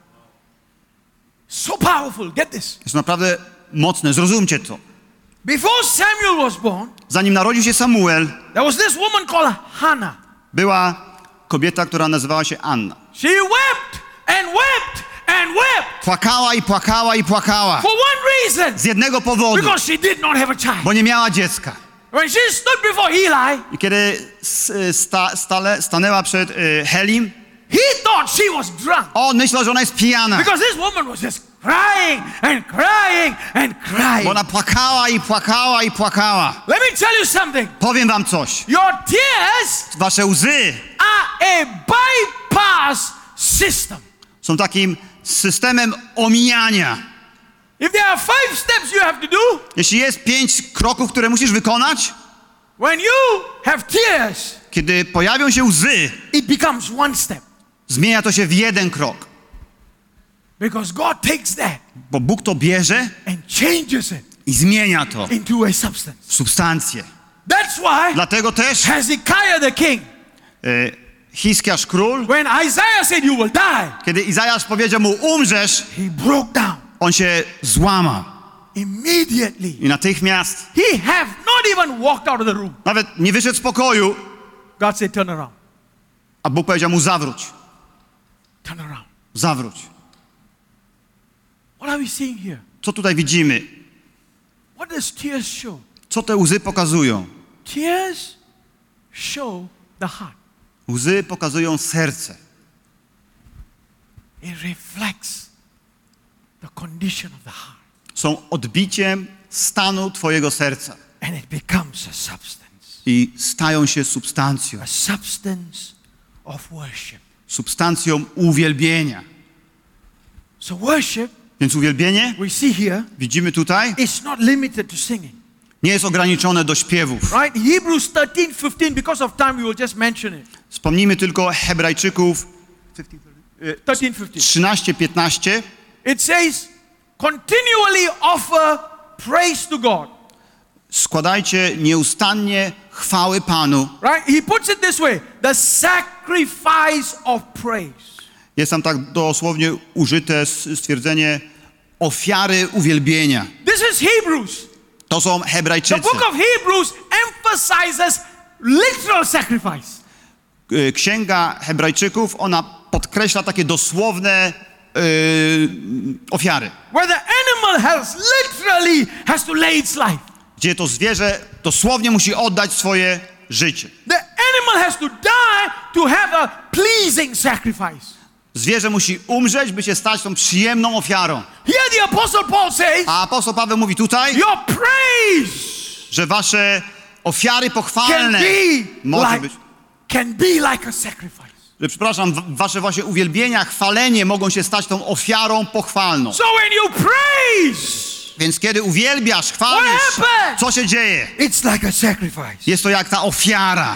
So powerful. Get this. Jest to naprawdę mocne, zrozumcie to. Before Samuel was born, Zanim narodził się Samuel, there was this woman called Hannah. była kobieta, która nazywała się Anna. She wept and wept and wept Płakała i płakała i płakała. for one reason. Z jednego powodu, Because she did not have a child. bo nie miała dziecka. When she stood before Eli, I kiedy s- sta, stale, stanęła przed y, Helim, He thought she was drunk. On myślał, że ona jest pijana. Because this woman was just crying and crying and crying. Bo ona płakała i płakała i płakała. Let me tell you something. Powiem wam coś. Your tears Wasze łzy are a bypass system. są takim systemem omijania. If there are five steps you have to do, Jeśli jest pięć kroków, które musisz wykonać, when you have tears, kiedy pojawią się łzy, it becomes one step. zmienia to się w jeden krok. Because God takes that Bo Bóg to bierze and changes it i zmienia to into a substance. w substancję. That's why Dlatego też Hezekiah the king, e, Hiskiarz król, when Isaiah said you will die, kiedy Izajasz powiedział mu umrzesz, he broke down on się złamał. immediately. I natychmiast, He have not even walked out of the room. nawet nie wyszedł z pokoju, God said turn around. a Bóg powiedział mu zawróć, Turn around. zawróć. What are we seeing here? Co tutaj widzimy? What does tears show? Co te łzy pokazują? Tears show the heart. Łzy pokazują serce. It reflects the condition of the heart. Są odbiciem stanu twojego serca. And it becomes a substance. I stają się substancją. A substance of worship. Substancją uwielbienia. So worship, Więc uwielbienie, we see here, widzimy tutaj, is not limited to singing. nie jest ograniczone do śpiewów. Right? Hebrews thirteen fifteen, because of time we will just mention it. Wspomnijmy tylko Hebrajczyków thirteen fifteen. trzynaście piętnaście. It says, continually offer praise to God. Składajcie nieustannie chwały Panu. Right? He puts it this way, the sacrifice of praise. Jest tam tak dosłownie użyte stwierdzenie ofiary uwielbienia. This is Hebrews. To są The Hebrajczycy. book of Hebrews emphasizes literal sacrifice. Księga Hebrajczyków, ona podkreśla takie dosłowne yy, ofiary. Where the animal has literally has to lay its life. Gdzie to zwierzę dosłownie musi oddać swoje życie. The animal has to die to have a pleasing sacrifice. Zwierzę musi umrzeć, by się stać tą przyjemną ofiarą. Here the apostle Paul says, A apostoł Paweł mówi tutaj, your praise że wasze ofiary can pochwalne be może like, być, can be like a sacrifice. że przepraszam, w- wasze właśnie uwielbienia, chwalenie mogą się stać tą ofiarą pochwalną. So when you praise, Więc kiedy uwielbiasz, chwalisz, What happened? co się dzieje? it's like a sacrifice. Jest to jak ta ofiara.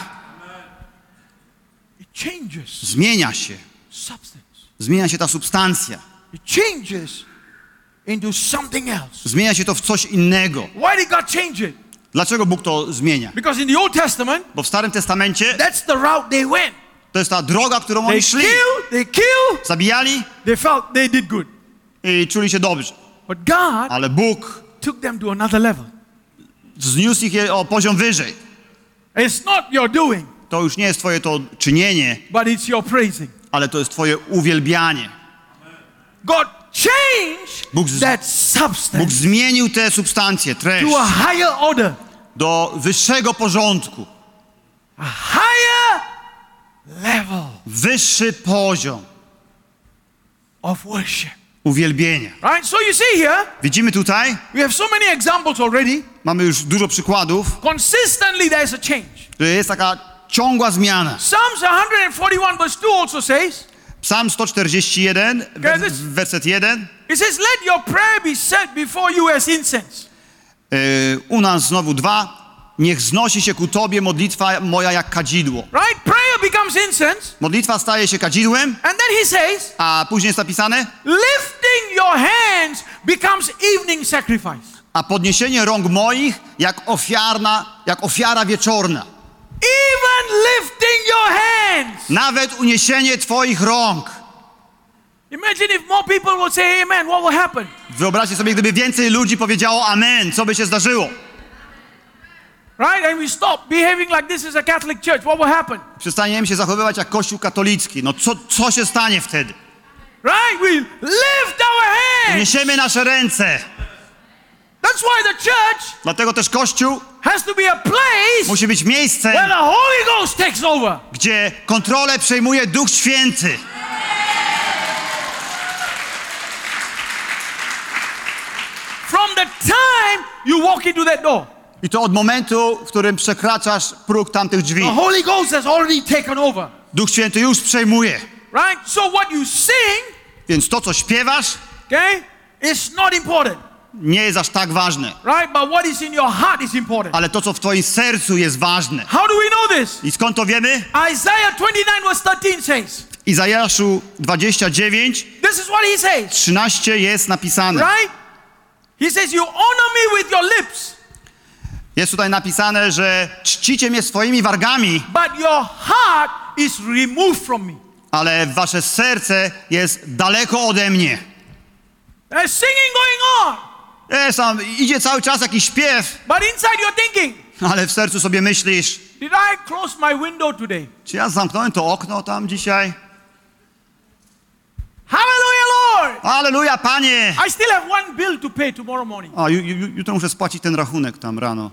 It changes Zmienia się. substance. Zmienia się ta substancja. It changes into something else. Zmienia się to w coś innego. Why did God change it? Dlaczego Bóg to zmienia? Because in the Old Testament, Bo w Starym Testamencie that's the route they went. to jest ta droga, którą They oni szli. kill, they kill, Zabijali they felt they did good. i czuli się dobrze. But God Ale Bóg took them to another level. zniósł ich je o poziom wyżej. It's not your doing, To już nie jest twoje to czynienie, but it's your praising. ale to jest twoje uwielbianie. God changed Bóg z- that Bóg substance zmienił te substancje, treść to a higher order, do wyższego porządku. a higher level Wyższy poziom of worship. uwielbienia. Right? So you see here, Widzimy tutaj, we have so many examples already. mamy już dużo przykładów, Consistently there is a change. że jest taka ciągła zmiana. Psalms one forty-one verse two also says, Psalm sto czterdzieści jeden, wers- this- werset jeden. it says, let your prayer be set before you as incense. Yy, u nas znowu dwa. Niech znosi się ku Tobie modlitwa moja jak kadzidło. Right? Prayer becomes incense. Modlitwa staje się kadzidłem, And then he says, a później jest napisane, lifting your hands becomes evening sacrifice. a podniesienie rąk moich jak ofiarna, jak ofiara wieczorna. Even lifting your hands. Nawet uniesienie Twoich rąk. Imagine if more people would say amen, what will happen? Wyobraźcie sobie, gdyby więcej ludzi powiedziało amen, co by się zdarzyło? Right? And we stop behaving like this is a Catholic church, what will happen? Przestaniemy się zachowywać jak Kościół katolicki. No co, co się stanie wtedy? Right? We lift our hands. Uniesiemy nasze ręce. That's why the church Dlatego też Kościół has to be a place musi być where miejscem, the Holy Ghost takes over. gdzie kontrolę przejmuje Duch Święty. From the time you walk into that door, I to od momentu, w którym przekraczasz próg tamtych drzwi. the Holy Ghost has already taken over. Duch Święty już przejmuje. Right? So what you sing, Więc to, co śpiewasz, okay, is not important. nie jest aż tak ważne. Right? But what is in your heart is important. Ale to, co w twoim sercu jest ważne. How do we know this? I skąd to wiemy? Isaiah twenty-nine verse thirteen says, W Izajaszu dwadzieścia dziewięć, this is what he says, trzynaście jest napisane. right? He says, you honor me with your lips, Jest tutaj napisane, że czcicie mnie swoimi wargami, but your heart is removed from me. ale wasze serce jest daleko ode mnie. There's singing going on, Jest tam, idzie cały czas jakiś śpiew, but inside you're thinking, ale w sercu sobie myślisz, did I close my window today? czy ja zamknąłem to okno tam dzisiaj? Hallelujah, Lord! Halleluja, Panie! I still have one bill to pay tomorrow morning. A, ju, ju, jutro muszę spłacić ten rachunek tam rano.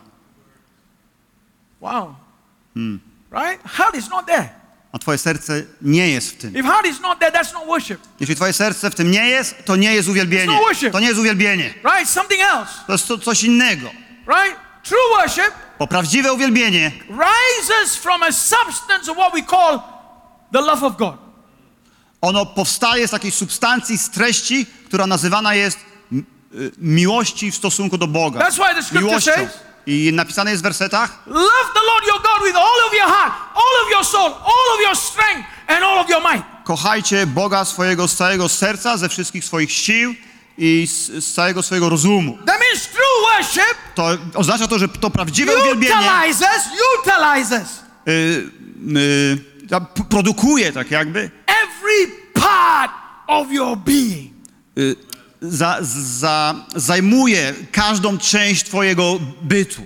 Wow. Right? Heart is not there. A twoje serce nie jest w tym. If heart is not there, that's not worship. Jeśli twoje serce w tym nie jest, to nie jest uwielbienie. It's no worship. To nie jest uwielbienie. Right? Something else. To jest to, coś innego. Right? True worship Bo prawdziwe uwielbienie rises from a substance of what we call the love of God. ono powstaje z takiej substancji, z treści, która nazywana jest m- y, miłości w stosunku do Boga. That's why the scripture Miłością. says, I napisane jest w wersetach: love the Lord your God with all of your heart, all of your soul, all of your strength, and all of your might. kochajcie Boga swojego z całego serca, ze wszystkich swoich sił i z, z całego swojego rozumu. That means true worship To oznacza to, że to prawdziwe uwielbienie utilizes, utilizes y, y, ta- p- produkuje tak jakby every part of your being. y, za, za, zajmuje każdą część twojego bytu.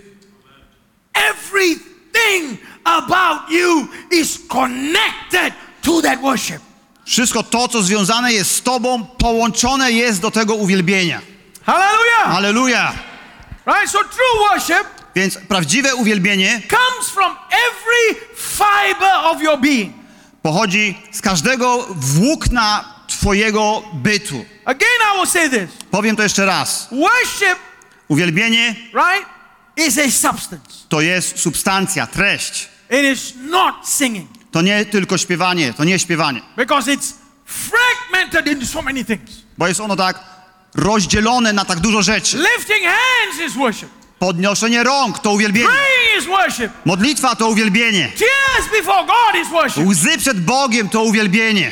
Everything about you is connected to that worship. Wszystko to, co związane jest z tobą, połączone jest do tego uwielbienia. Hallelujah. Halleluja! Right? So true worship Więc prawdziwe uwielbienie comes from every fiber of your being. pochodzi z każdego włókna twojego bytu. Again, I will say this. Powiem to jeszcze raz. Worship, Uwielbienie right, is a substance. to jest substancja, treść. It is not singing To nie tylko śpiewanie, to nie śpiewanie. because it's fragmented into so many things. Bo jest ono tak rozdzielone na tak dużo rzeczy. Lifting hands is worship. Podnoszenie rąk to uwielbienie. Praying is worship. Modlitwa to uwielbienie. Tears before God is worship. Łzy przed Bogiem to uwielbienie.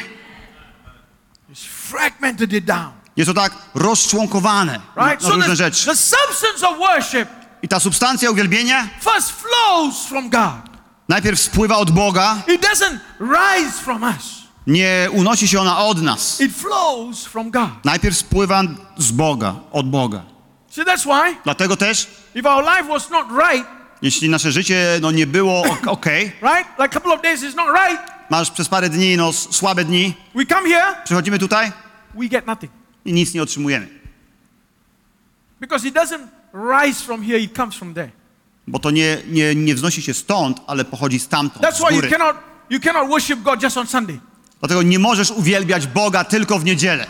It's fragmented it down. Jest to tak rozczłonkowane na Right? So różne the, rzeczy. the substance of worship I ta substancja uwielbienia first flows from God. najpierw spływa od Boga, It doesn't rise from us. nie unosi się ona od nas. It flows from God. Najpierw spływa z Boga, od Boga. See, that's why Dlatego też, if our life was not right, jeśli nasze życie no, nie było ok, okay, right, like a couple of days is not right, masz przez parę dni no, s- słabe dni, we come here, przychodzimy tutaj we get nothing. i nic nie otrzymujemy. Because it doesn't rise from here, it comes from there. Bo to nie, nie, nie wznosi się stąd, ale pochodzi stamtąd, That's z why you góry. cannot you cannot worship God just on Sunday. Dlatego nie możesz uwielbiać Boga tylko w niedzielę.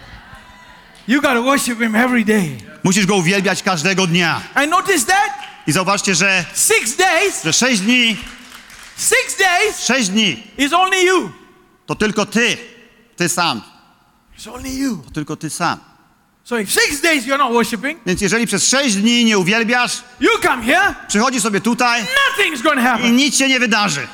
You got to worship Him every day. Musisz Go uwielbiać każdego dnia. And notice that I zauważcie, że, six days, że sześć dni, six days sześć dni is only you. to tylko Ty, Ty sam. It's only you. To tylko Ty sam. So if six days you're not worshiping, Więc jeżeli przez sześć dni nie uwielbiasz, you come here, przychodzi sobie tutaj nothing's going to i happen. nic się nie wydarzy.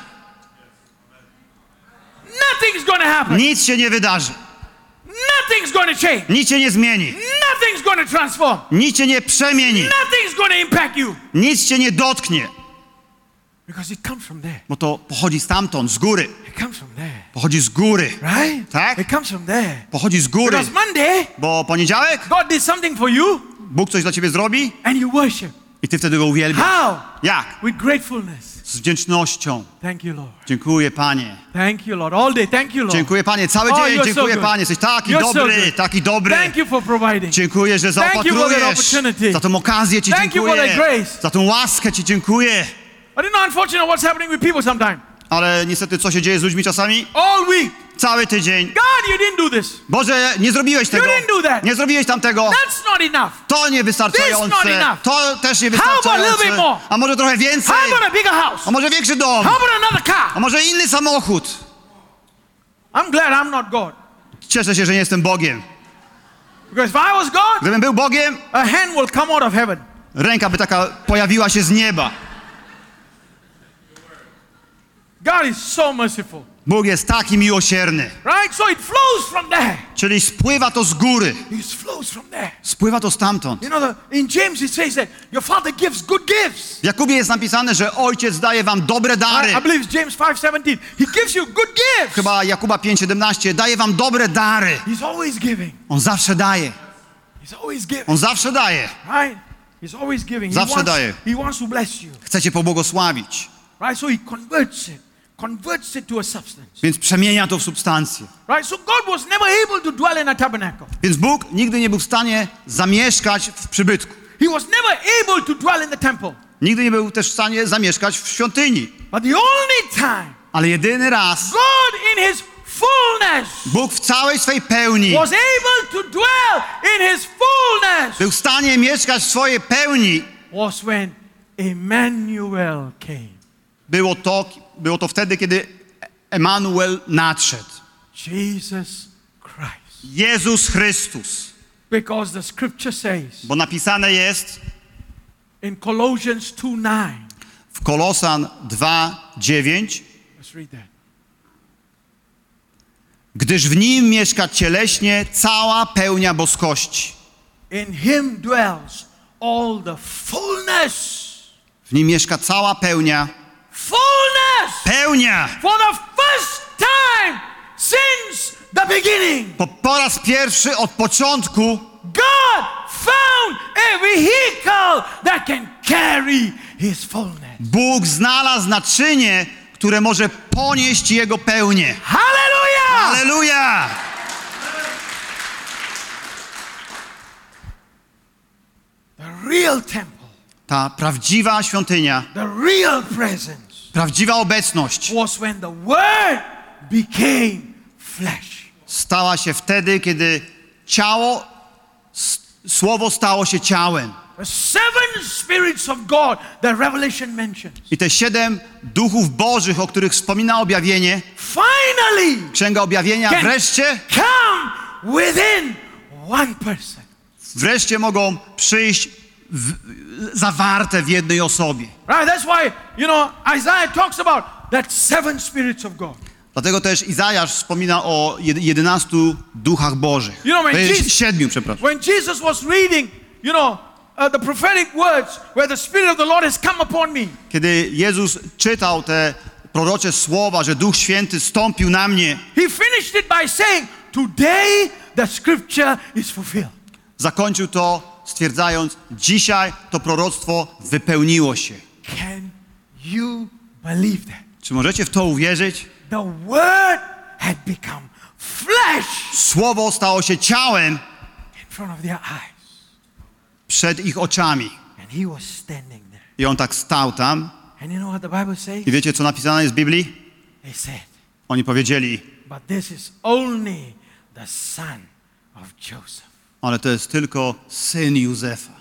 Nothing's going to happen. Nic się nie wydarzy. Nothing's going to change. Nic się nie zmieni. Nothing's going to transform. Nic cię nie przemieni. Nothing's going to impact you. Nic cię nie dotknie. Because it comes from there. Bo to pochodzi stamtąd, z góry. It comes from there. Pochodzi z góry. Right? Tak? It comes from there. Pochodzi z góry. Because Monday, Bo poniedziałek God did something for you Bóg coś dla ciebie zrobi and you worship. I Ty wtedy Go uwielbiasz. How? Jak? With gratefulness. Z wdzięcznością. Thank you, Lord. Dziękuję, Panie. Thank you, Lord. All day. Thank you, Lord. Dziękuję, Panie. Cały Oh, dzień you're dziękuję, so good. Panie. Jesteś taki You're so dobry, good. taki dobry. Thank you for providing. Dziękuję, że Thank you for that zaopatrujesz. opportunity. Za tą okazję Ci Thank you for dziękuję. that grace. Za tą łaskę Ci dziękuję. But you know, unfortunately, what's happening with people sometimes? Ale niestety, co się dzieje z ludźmi czasami? All week. Cały tydzień. God, you didn't do this. Boże, nie zrobiłeś tego. didn't do that. Nie zrobiłeś tamtego. That's not enough. To niewystarczające. This not enough. To też How about a little niewystarczające. bit more? A może trochę więcej? How about a bigger house? A może większy dom? How about another car? A może inny samochód? I'm glad I'm not God. Cieszę się, że nie jestem Bogiem. Because if I was God, Gdybym był Bogiem, a hand will come out of heaven. ręka by taka pojawiła się z nieba. God is so merciful. Bóg jest taki miłosierny. Right? So it flows from there. Czyli spływa to z góry. It flows from there. Spływa to stamtąd. You know, the, in James it says that your father gives good gifts. W Jakubie jest napisane, że Ojciec daje wam dobre dary. I, I believe it's James five seventeen. He gives you good gifts. Chyba Jakuba pięć siedemnaście. Daje wam dobre dary. He's always giving. On zawsze daje. He's always giving. On zawsze daje. Right? He's always giving. He Zawsze wants, daje. he wants to bless you. Chce cię pobłogosławić. Right? So he converts it. Converts it to a substance. Więc przemienia to w substancję. Right? So God was never able to dwell in a tabernacle. Więc Bóg nigdy nie był w stanie zamieszkać w przybytku. He was never able to dwell in the temple. Nigdy nie był też w stanie zamieszkać w świątyni. But the only time Ale jedyny raz God in his fullness Bóg w całej swej pełni was able to dwell in his fullness był w stanie mieszkać w swojej pełni. was when Emmanuel came. Było to, było to wtedy, kiedy Emanuel nadszedł. Jesus Christ. Jezus Chrystus. Because the scripture says Bo napisane jest in Colossians two nine. w Kolosan dwa dziewięć. Let's read that. Gdyż w nim mieszka cieleśnie cała pełnia boskości. In him dwells all the fullness. W nim mieszka cała pełnia. Fullness! Pełnia! For the first time since the beginning, Po, po raz pierwszy od początku God found a vehicle that can carry his fullness. Bóg znalazł naczynie, które może ponieść Jego pełnię. Hallelujah! Halleluja! The real temple, Ta prawdziwa świątynia, the real presence prawdziwa obecność was when the Word became flesh. stała się wtedy, kiedy ciało, s- słowo stało się ciałem. The seven spirits of God that Revelation mentions. I te siedem duchów bożych, o których wspomina objawienie, Finally Księga Objawienia, Can- wreszcie, come within one person. wreszcie mogą przyjść w, zawarte w jednej osobie. Right? That's why, you know, Isaiah talks about that seven spirits of God. Dlatego też Izajasz wspomina o jed- jedenastu duchach bożych. You know, when To jest Jesus- siedmiu, przepraszam. When Jesus was reading, you know, uh, the prophetic words where the Spirit of the Lord has come upon me. Kiedy Jezus czytał te prorocze słowa, że Duch Święty stąpił na mnie, He finished it by saying, today the scripture is fulfilled. zakończył to stwierdzając, dzisiaj to proroctwo wypełniło się. Can you believe that? Czy możecie w to uwierzyć? The Word had become flesh Słowo stało się ciałem in front of their eyes. przed ich oczami. And he was standing there. I on tak stał tam. And you know what the Bible says? I wiecie, co napisane jest w Biblii? They said, Oni powiedzieli, but this is only the son of Joseph. ale to jest tylko syn Józefa.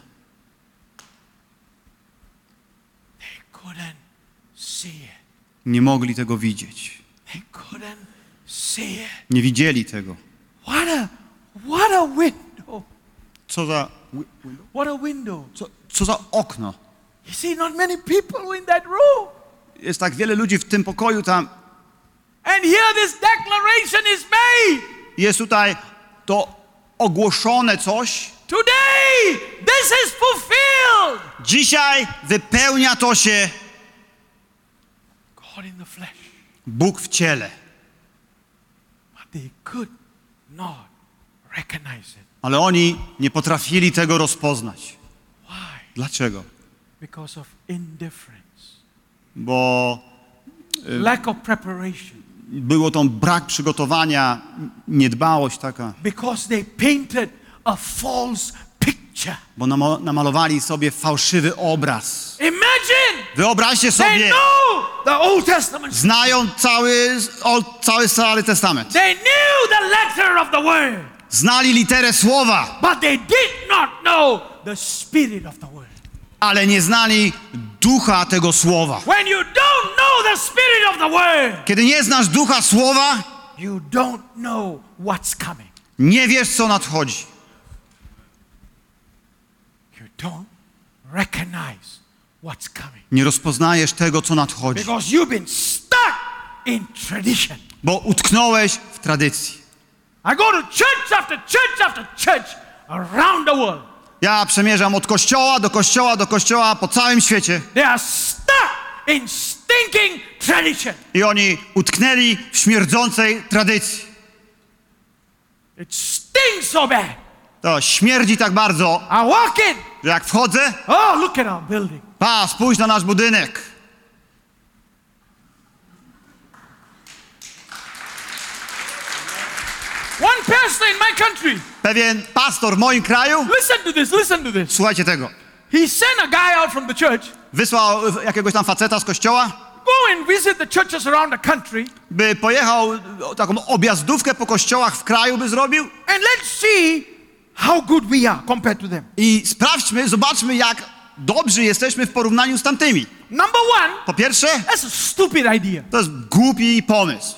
They couldn't see it. Nie mogli tego widzieć. They couldn't see it. Nie widzieli tego. What a what a window. Co za, What a window. co, co za okno. You see, not many people were in that room. Jest tak wiele ludzi w tym pokoju tam. And here this declaration is made. Jest tutaj to ogłoszone coś. Today, this is fulfilled. Dzisiaj wypełnia to się God in the flesh. Bóg w ciele. But they could not recognize it. Ale oni nie potrafili tego rozpoznać. Why? Dlaczego? Because of indifference, bo lack of preparation. było to brak przygotowania, niedbałość taka, Because they painted a false picture. bo namo- namalowali sobie fałszywy obraz. Imagine Wyobraźcie they sobie, know the Old Testament. znają cały, o, cały Stary Testament, They knew the letter of the word, znali literę słowa, but they did not know the spirit of the word. ale nie znali ducha tego słowa. When you don't know the spirit of the word, Kiedy nie znasz ducha słowa, you don't know what's coming. nie wiesz, co nadchodzi. You don't recognize what's coming. Nie rozpoznajesz tego, co nadchodzi, Because you've been stuck in tradition. bo utknąłeś w tradycji. I go to church after church after church around the world. Ja przemierzam od kościoła do kościoła do kościoła po całym świecie They are stuck in stinking tradition. i oni utknęli w śmierdzącej tradycji. It stinks so bad. To śmierdzi tak bardzo, I walk in. że jak wchodzę, Oh, look at our building. pa, spójrz na nasz budynek. One pastor in my country. Pewien pastor w moim kraju, Listen to this. Listen to this. słuchajcie tego, He sent a guy out from the church. wysłał jakiegoś tam faceta z kościoła, Go and visit the churches around the country by pojechał, taką objazdówkę po kościołach w kraju by zrobił and let's see how good we are compared to them. i sprawdźmy, zobaczmy, jak dobrzy jesteśmy w porównaniu z tamtymi. Number one, Po pierwsze, that's a stupid idea. to jest głupi pomysł.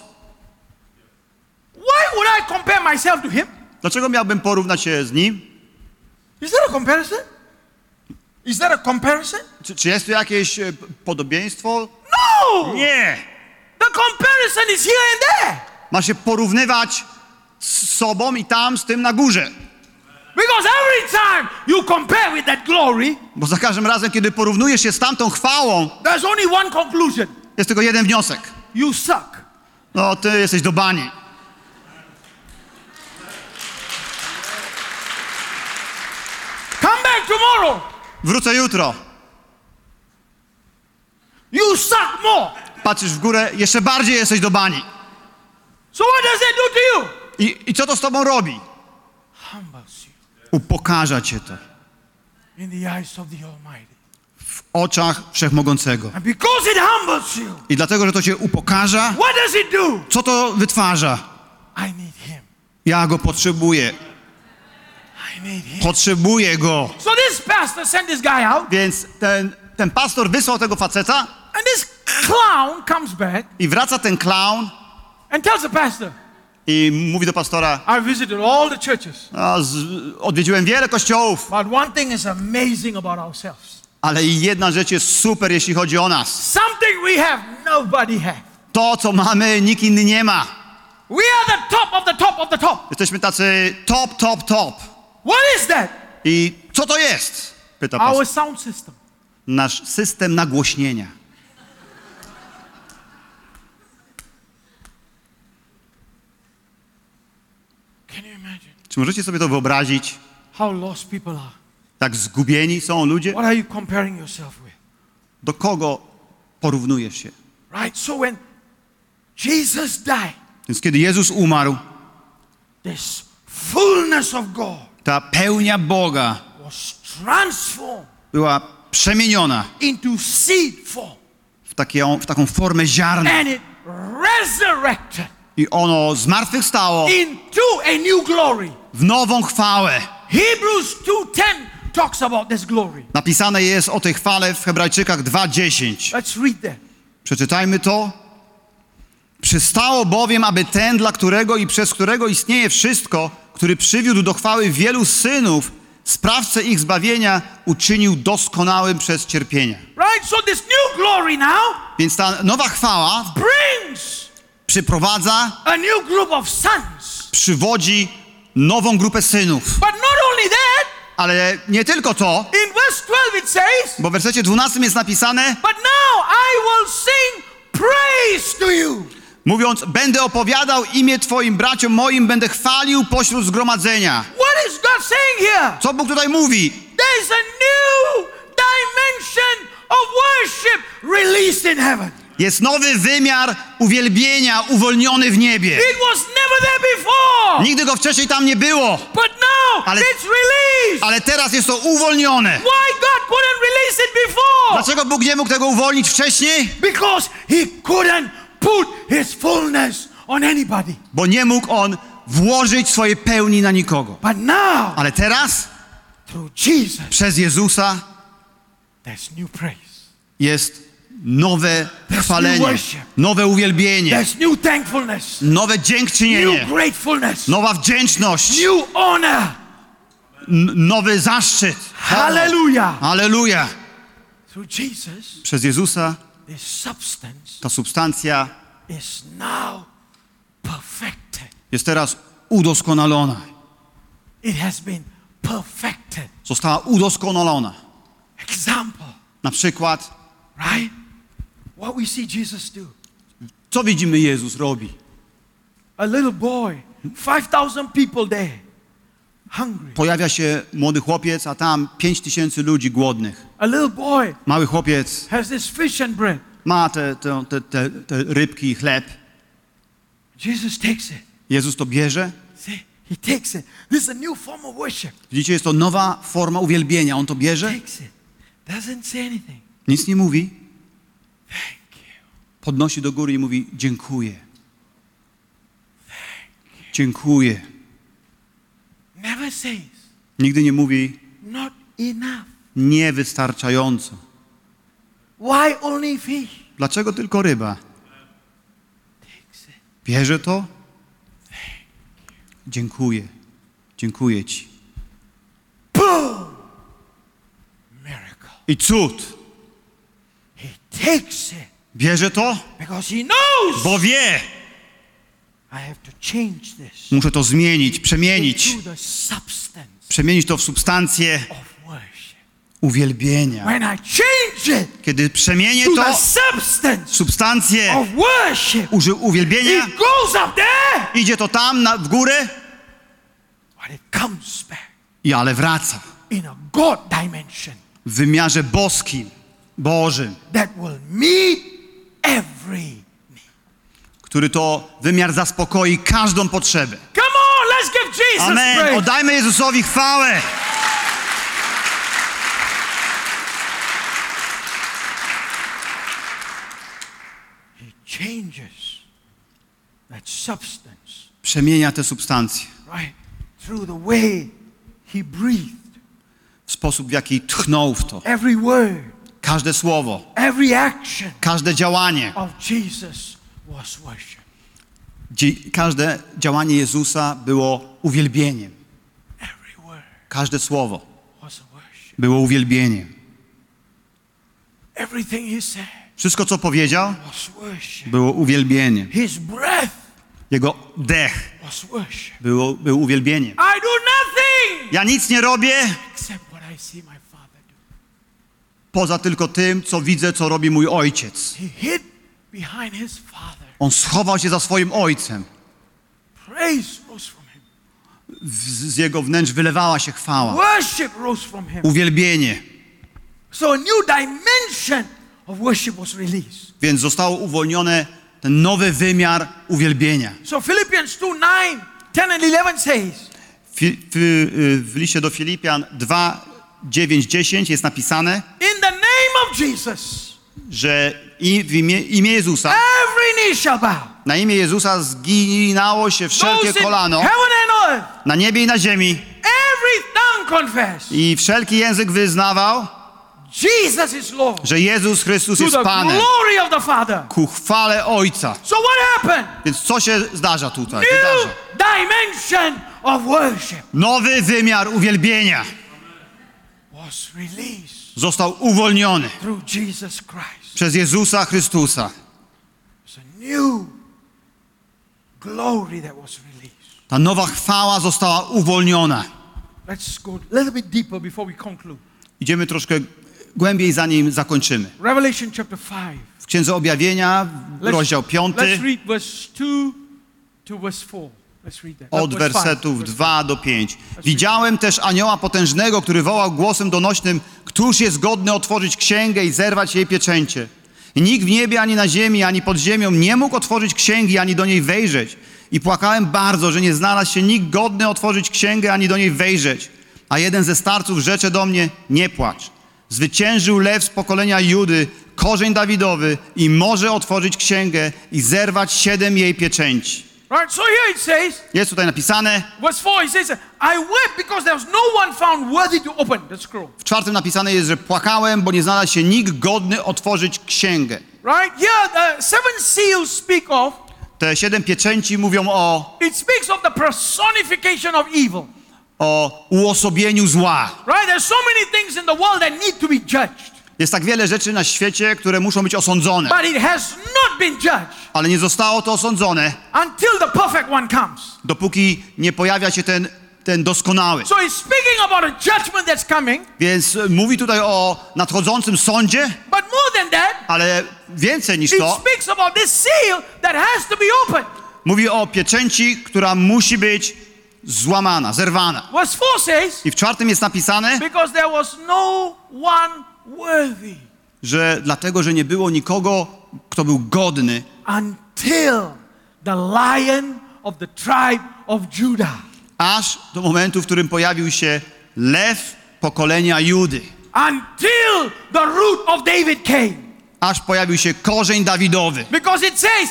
Why would I compare myself to him? Dlaczego miałbym porównać się z nim? Is that a comparison? Is that a comparison? Czy, czy jest tu jakieś e, p- podobieństwo? No! Nie! The comparison is here and there. Ma się porównywać z sobą i tam, z tym na górze. Because every time you compare with that glory, Bo za każdym razem, kiedy porównujesz się z tamtą chwałą, there's only one conclusion. jest tylko jeden wniosek. You suck. No, ty jesteś do bani. Come back tomorrow. Wrócę jutro. You suck more. Patrzysz w górę, jeszcze bardziej jesteś do bani. So what does that do to you? I, i co to z tobą robi? Humbles you Upokarza cię to in the eyes of the Almighty. w oczach Wszechmogącego. And because it humbles you, I dlatego, że to cię upokarza, what does it do? co to wytwarza? I need him. Ja go potrzebuję. I need him. Potrzebuję go. So this pastor sent this guy out, Więc ten, ten pastor wysłał tego faceta and this clown comes back i wraca ten clown and tells the pastor, i mówi do pastora, I visited all the churches, no, z, odwiedziłem wiele kościołów, but one thing is amazing about ourselves. ale jedna rzecz jest super, jeśli chodzi o nas. Something we have nobody have. To, co mamy, nikt inny nie ma. We are the top of the top of the top. Jesteśmy tacy top, top, top. What is that? I co to jest? Pyta Our pastor. sound system. Nasz system nagłośnienia. Can you imagine Czy możecie sobie to wyobrazić? how lost people are? Tak zgubieni są ludzie? What are you comparing yourself with? Do kogo porównujesz się? Right? So when Jesus died, Więc kiedy Jezus umarł, this fullness of God ta pełnia Boga was transformed była przemieniona into seed form, w, taką, w taką formę ziarna. and it resurrected I ono zmartwychwstało into a new glory. w nową chwałę. Hebrews two ten talks about this glory. Napisane jest o tej chwale w Hebrajczykach dwa dziesięć. Let's read that. Przeczytajmy to. Przystało bowiem, aby ten, dla którego i przez którego istnieje wszystko, który przywiódł do chwały wielu synów, sprawcę ich zbawienia, uczynił doskonałym przez cierpienia. Right? So this new glory now Więc ta nowa chwała brings przyprowadza, a new group of sons. przywodzi nową grupę synów. But not only that, Ale nie tylko to, in verse twelve it says, bo w wersecie dwunastym jest napisane, but now I will sing praise to you. mówiąc, będę opowiadał imię Twoim braciom moim, będę chwalił pośród zgromadzenia. What is God saying here? Co Bóg tutaj mówi? There's a new dimension worship released in heaven. Jest nowy wymiar uwielbienia uwolniony w niebie. It was never there before. Nigdy go wcześniej tam nie było, But now Ale- it's released. ale teraz jest to uwolnione. Why God couldn't release it before? Dlaczego Bóg nie mógł tego uwolnić wcześniej? Because He couldn't put His fullness on anybody. Bo nie mógł On włożyć swojej pełni na nikogo. But now, Ale teraz through Jesus, przez Jezusa there's new praise. jest nowe new chwalenie, worship. nowe uwielbienie, There's new thankfulness, nowe dziękczynienie, new gratefulness, nowa wdzięczność, new honor. n- nowy zaszczyt. Hallelujah. Halleluja! Through Jesus, Przez Jezusa this substance ta substancja is now perfected. jest teraz udoskonalona. It has been perfected. Została udoskonalona. Example, Na przykład, right? What we see Jesus do. co widzimy Jezus robi? A little boy, five thousand people there, hungry. Pojawia się młody chłopiec, a tam pięć tysięcy ludzi głodnych. A little boy Mały chłopiec has this fish and bread. ma te, te, te, te, te rybki i chleb. Jesus takes it. Jezus to bierze. See, He takes it. This is a new form of worship. Widzicie, jest to nowa forma uwielbienia. On to bierze, Takes it. Doesn't say anything. nic nie mówi, Thank you. podnosi do góry i mówi dziękuję. Dziękuję. Never says Nigdy nie mówi not enough. niewystarczająco. Why only fish? Dlaczego tylko ryba? Takes it. Bierze to? Dziękuję. Dziękuję Ci. Boom! Miracle. I cud. He takes it Bierze to, because he knows bo wie. I have to change this Muszę to zmienić, przemienić. into the substance Przemienić to w substancję of worship. uwielbienia. When I change it Kiedy przemienię to to the w substance substancję of worship, uży- uwielbienia, it goes up there, idzie to tam na, w górę, but it comes back i ale wraca in a God dimension w wymiarze boskim, Bożym, that will meet every need. który to wymiar zaspokoi każdą potrzebę. Come on, let's give Jesus Amen. praise. Oddajmy Jezusowi chwałę. He changes that substance, Przemienia te substancje right, through the way he breathed. w sposób, w jaki tchnął w to. Every word, Każde słowo, every action każde działanie, of Jesus was worship. dzie- każde działanie Jezusa było uwielbieniem. Every word Każde słowo was a worship. było uwielbieniem. Everything he said Wszystko, co powiedział, was worship. było uwielbieniem. His breath Jego dech was worship. było, był uwielbieniem. I do nothing Ja nic nie robię, except what I see my Father do. poza tylko tym, co widzę, co robi mój ojciec. He hid behind his Father. On schował się za swoim ojcem. Praise rose from him. W- Z jego wnętrz wylewała się chwała. Worship rose from him. Uwielbienie. So a new dimension of worship was released. Więc zostało uwolnione ten nowy wymiar uwielbienia. So Philippians two nine, ten and eleven says, Fi, w, w liście do Filipian dwa, dziewięć, dziesięć jest napisane, in the name of Jesus, że i w imię, imię Jezusa, every knee shall bow. na imię Jezusa zginało się wszelkie Those in kolano heaven and earth, na niebie i na ziemi every tongue confess, i wszelki język wyznawał, Jesus is Lord. że Jezus Chrystus To jest the Panem glory of the Father. ku chwale Ojca. So what happened? Więc co się zdarza tutaj? Wydarza. New dimension of worship Nowy wymiar uwielbienia was released został uwolniony through Jesus Christ. przez Jezusa Chrystusa. It's a new glory that was released. Ta nowa chwała została uwolniona. Let's go a little bit deeper before we conclude. Idziemy troszkę głębiej, zanim zakończymy. Revelation chapter five. W Księdze Objawienia, Let's- rozdział piąty, Let's read verse two to verse four. Let's read that. od Verse five. wersetów Verse dwa do pięciu. Widziałem też anioła potężnego, który wołał głosem donośnym: Któż jest godny otworzyć księgę i zerwać jej pieczęcie? I nikt w niebie, ani na ziemi, ani pod ziemią nie mógł otworzyć księgi, ani do niej wejrzeć. I płakałem bardzo, że nie znalazł się nikt godny otworzyć księgę, ani do niej wejrzeć. A jeden ze starców rzecze do mnie: Nie płacz. Zwyciężył lew z pokolenia Judy, korzeń Dawidowy, i może otworzyć księgę i zerwać siedem jej pieczęci. Right, so here it says, Jest tutaj napisane, verse four, it says, I wept because there was no one found worthy to open the scroll. w czwartym napisane jest, że płakałem, bo nie znalazł się nikt godny otworzyć księgę. Right, here the seven seals speak of, Te siedem pieczęci mówią o, it speaks of the personification of evil. o uosobieniu zła. Right, there's so many things in the world that need to be judged, Jest tak wiele rzeczy na świecie, które muszą być osądzone, but it has not been judged ale nie zostało to osądzone, until the perfect one comes. dopóki nie pojawia się ten, ten doskonały. So he's speaking about a judgment that's coming, Więc e, mówi tutaj o nadchodzącym sądzie, but more than that, ale więcej niż it to, speaks about this seal that has to be opened. mówi o pieczęci, która musi być złamana, zerwana. Verse four says, I w czwartym jest napisane, because there was no one worthy że dlatego, że nie było nikogo, kto był godny, until the Lion of the tribe of Judah. aż do momentu, w którym pojawił się lew pokolenia Judy. Until the root of David came. Aż pojawił się korzeń Dawidowy. Because it says,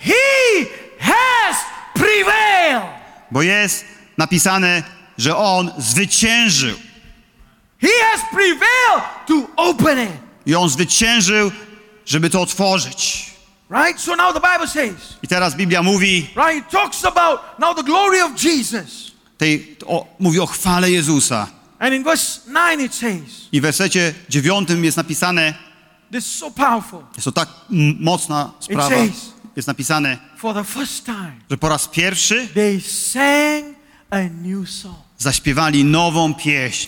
he has prevailed. Bo jest napisane, że on zwyciężył. He has prevailed to open it. I on zwyciężył, żeby to otworzyć. Right? So now the Bible says, I teraz Biblia mówi, right? It talks about now the glory of Jesus. tej, o, mówi o chwale Jezusa. And in verse nine it says, I w wersecie dziewiątym jest napisane, this is so powerful. jest to tak m- mocna sprawa, It says, jest napisane, for the first time, że po raz pierwszy they sang a new song. zaśpiewali nową pieśń.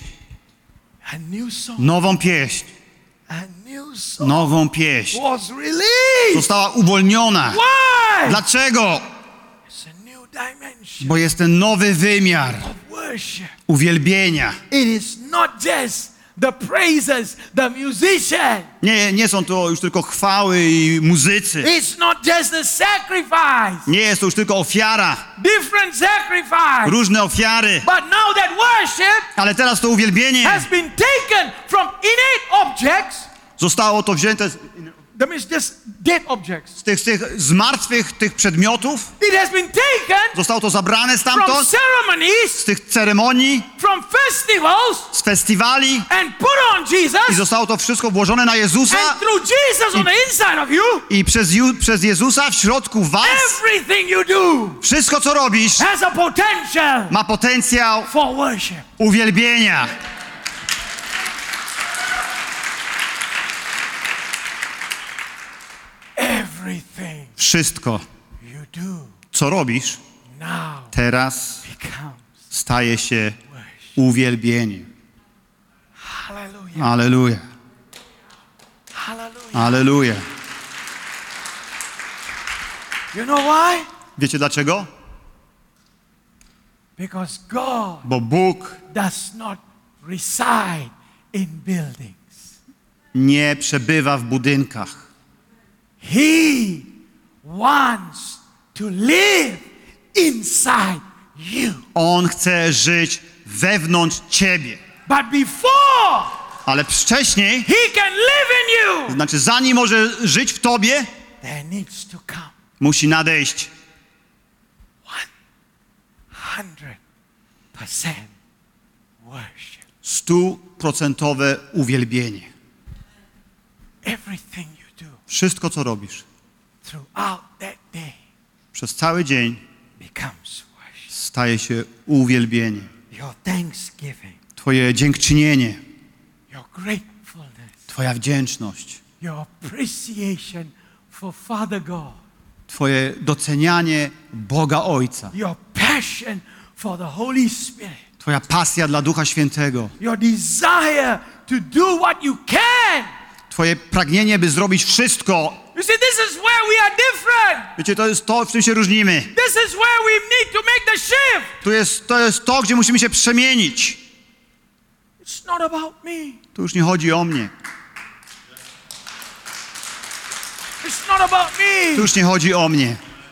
A new song. Nową pieśń. A new song Nową pieśń. was released. Została uwolniona. Why? Dlaczego? It's a new dimension Bo jest ten nowy wymiar of worship. uwielbienia. It is not just the praises, the musician. Nie, nie są to już tylko chwały i muzycy. It's not just the sacrifice. Nie jest to już tylko ofiara. Different sacrifice. Różne ofiary. But now that worship Ale teraz to uwielbienie has been taken from innate objects. zostało to wzięte z, That means just dead objects. z tych, z tych zmartwych tych przedmiotów. It has been taken Zostało to zabrane from stamtąd, z ceremonies, tych ceremonii, from festivals, z festiwali and put on i Jesus. zostało to wszystko włożone na Jezusa And through Jesus on the inside of you, i przez, Ju, przez Jezusa w środku was everything you do wszystko, co robisz, has a potential ma potencjał for worship. uwielbienia. Everything Wszystko, you do co robisz, now teraz becomes staje się worship. uwielbieniem. Hallelujah. Aleluja, Hallelujah. aleluja. You know why? Wiecie dlaczego? Because God Bo Bóg does not reside in buildings. nie przebywa w budynkach. He wants to live inside you. On chce żyć wewnątrz ciebie. But before Ale wcześniej, he can live in you, znaczy zanim może żyć w tobie, there needs to come musi nadejść one hundred percent worship. stuprocentowe uwielbienie. Everything you do Wszystko, co robisz throughout that day przez cały dzień, becomes worship. staje się uwielbieniem. Your thanksgiving, Twoje dziękczynienie, your gratefulness, Twoja wdzięczność, your appreciation for Father God, Twoje docenianie Boga Ojca, your passion for the Holy Spirit, Twoja pasja dla Ducha Świętego, your desire to do what you can. Twoje pragnienie, by zrobić wszystko, You see, this is where we are different. Wiecie, to jest to, w czym się różnimy. This is where we need to make the shift. To jest, to jest to, gdzie musimy się przemienić. It's not about me. Tu już nie chodzi o mnie. It's not about me. Tu już nie chodzi o mnie.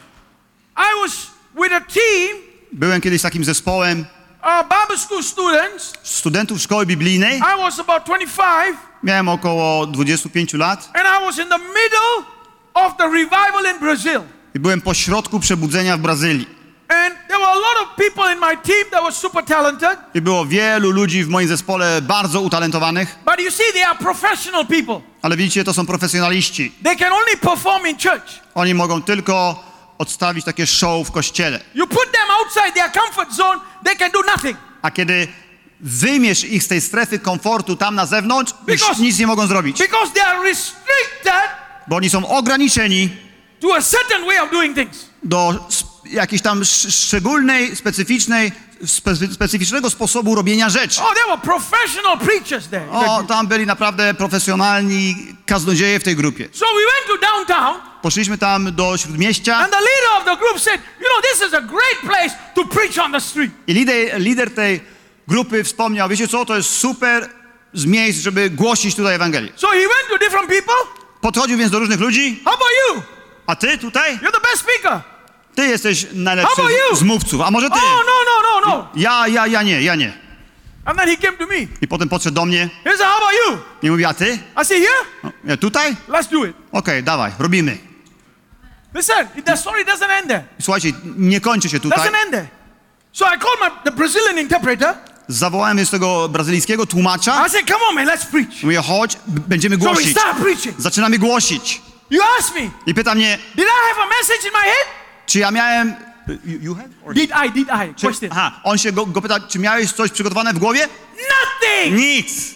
I was with a team, Byłem kiedyś z takim zespołem uh, Bible school students. studentów szkoły biblijnej. I was about twenty-five, Miałem około dwudziestu pięciu lat and I was in the middle of the revival in Brazil. i byłem po środku przebudzenia w Brazylii. And there were a lot of people in my team that were super talented. I było wielu ludzi w moim zespole bardzo utalentowanych, But you see, they are professional people. ale widzicie, to są profesjonaliści. They can only perform in church. Oni mogą tylko odstawić takie show w kościele. You put them outside their comfort zone, they can do nothing. A kiedy wyjmiesz ich z tej strefy komfortu tam na zewnątrz, już Because- nic nie mogą zrobić. Because they are restricted Bo oni są ograniczeni to a certain way of doing things. do s- jakiejś tam sz- szczególnej, specyficznej, spe- specyficznego sposobu robienia rzeczy. Oh, there were professional preachers there. in that O, group. tam byli naprawdę profesjonalni kaznodzieje w tej grupie. So we went to downtown, Poszliśmy tam do Śródmieścia and the leader of the group said, you know, this is a great place to preach on the street. i lider, lider tej grupy wspomniał, wiecie co, to jest super z miejsc, żeby głosić tutaj Ewangelię. So he went to different people. Podchodził więc do różnych ludzi. How about you? A ty tutaj? You're the best speaker. Ty jesteś najlepszy How about you? z mówców, a może ty? Oh, no, no, no, no. Ja, ja, ja nie, ja nie. And then he came to me. I potem podszedł do mnie He said, how about you? i mówi, a ty? I said, here? No, ja, tutaj? Let's do it. Okej, dawaj, robimy. Listen, the story doesn't end there. Słuchajcie, nie kończy się tutaj. Doesn't end there. So I called my, the Brazilian interpreter. Zawołałem jest tego brazylijskiego tłumacza. I said, come on, man, let's preach. Mówię, chodź, b- będziemy So we głosić. start preaching. Zaczynamy głosić. You asked me, I pyta mnie, did I have a message in my head? czy ja miałem... You, you had? Or... Did I, did I? Czy, Question. aha, on się go, go pyta, czy miałeś coś przygotowane w głowie? Nothing. Nic.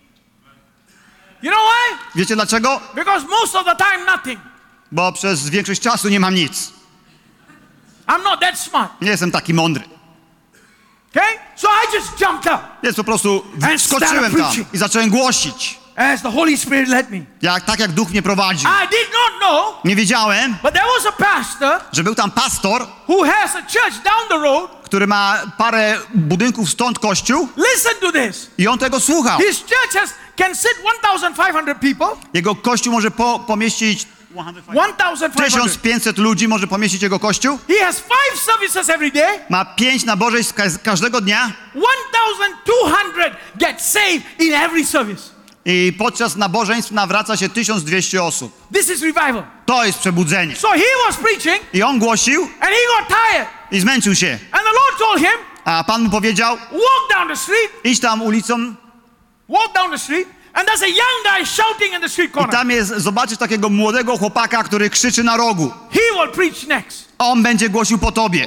You know why? Wiecie dlaczego? Because most of the time, nothing. Bo przez większość czasu nie mam nic. I'm not that smart. Nie jestem taki mądry. Okay? So I just jumped up Więc po prostu And wskoczyłem started tam preaching. i zacząłem głosić. as the Holy Spirit led me. Jak, tak jak Duch mnie prowadził. I did not know, Nie wiedziałem, but there was a pastor że był tam pastor, who has a church down the road. który ma parę budynków stąd kościół Listen to this. i on tego słuchał. His church has, can sit one thousand five hundred people. Jego kościół może po, pomieścić one thousand five tysiąc hundred. pięćset ludzi, może pomieścić jego kościół. He has five services every day. Ma pięć nabożeństw ka- każdego dnia one thousand two hundred get saved in every service. i podczas nabożeństw nawraca się tysiąc dwieście osób. This is revival. To jest przebudzenie. So he was preaching I on głosił and he got tired. i zmęczył się. And the Lord told him, A Pan mu powiedział, walk down the street, idź tam ulicą walk down the street, and there's a young guy shouting in the street i corner. tam jest, zobaczysz takiego młodego chłopaka, który krzyczy na rogu. He will preach next. On będzie głosił po tobie.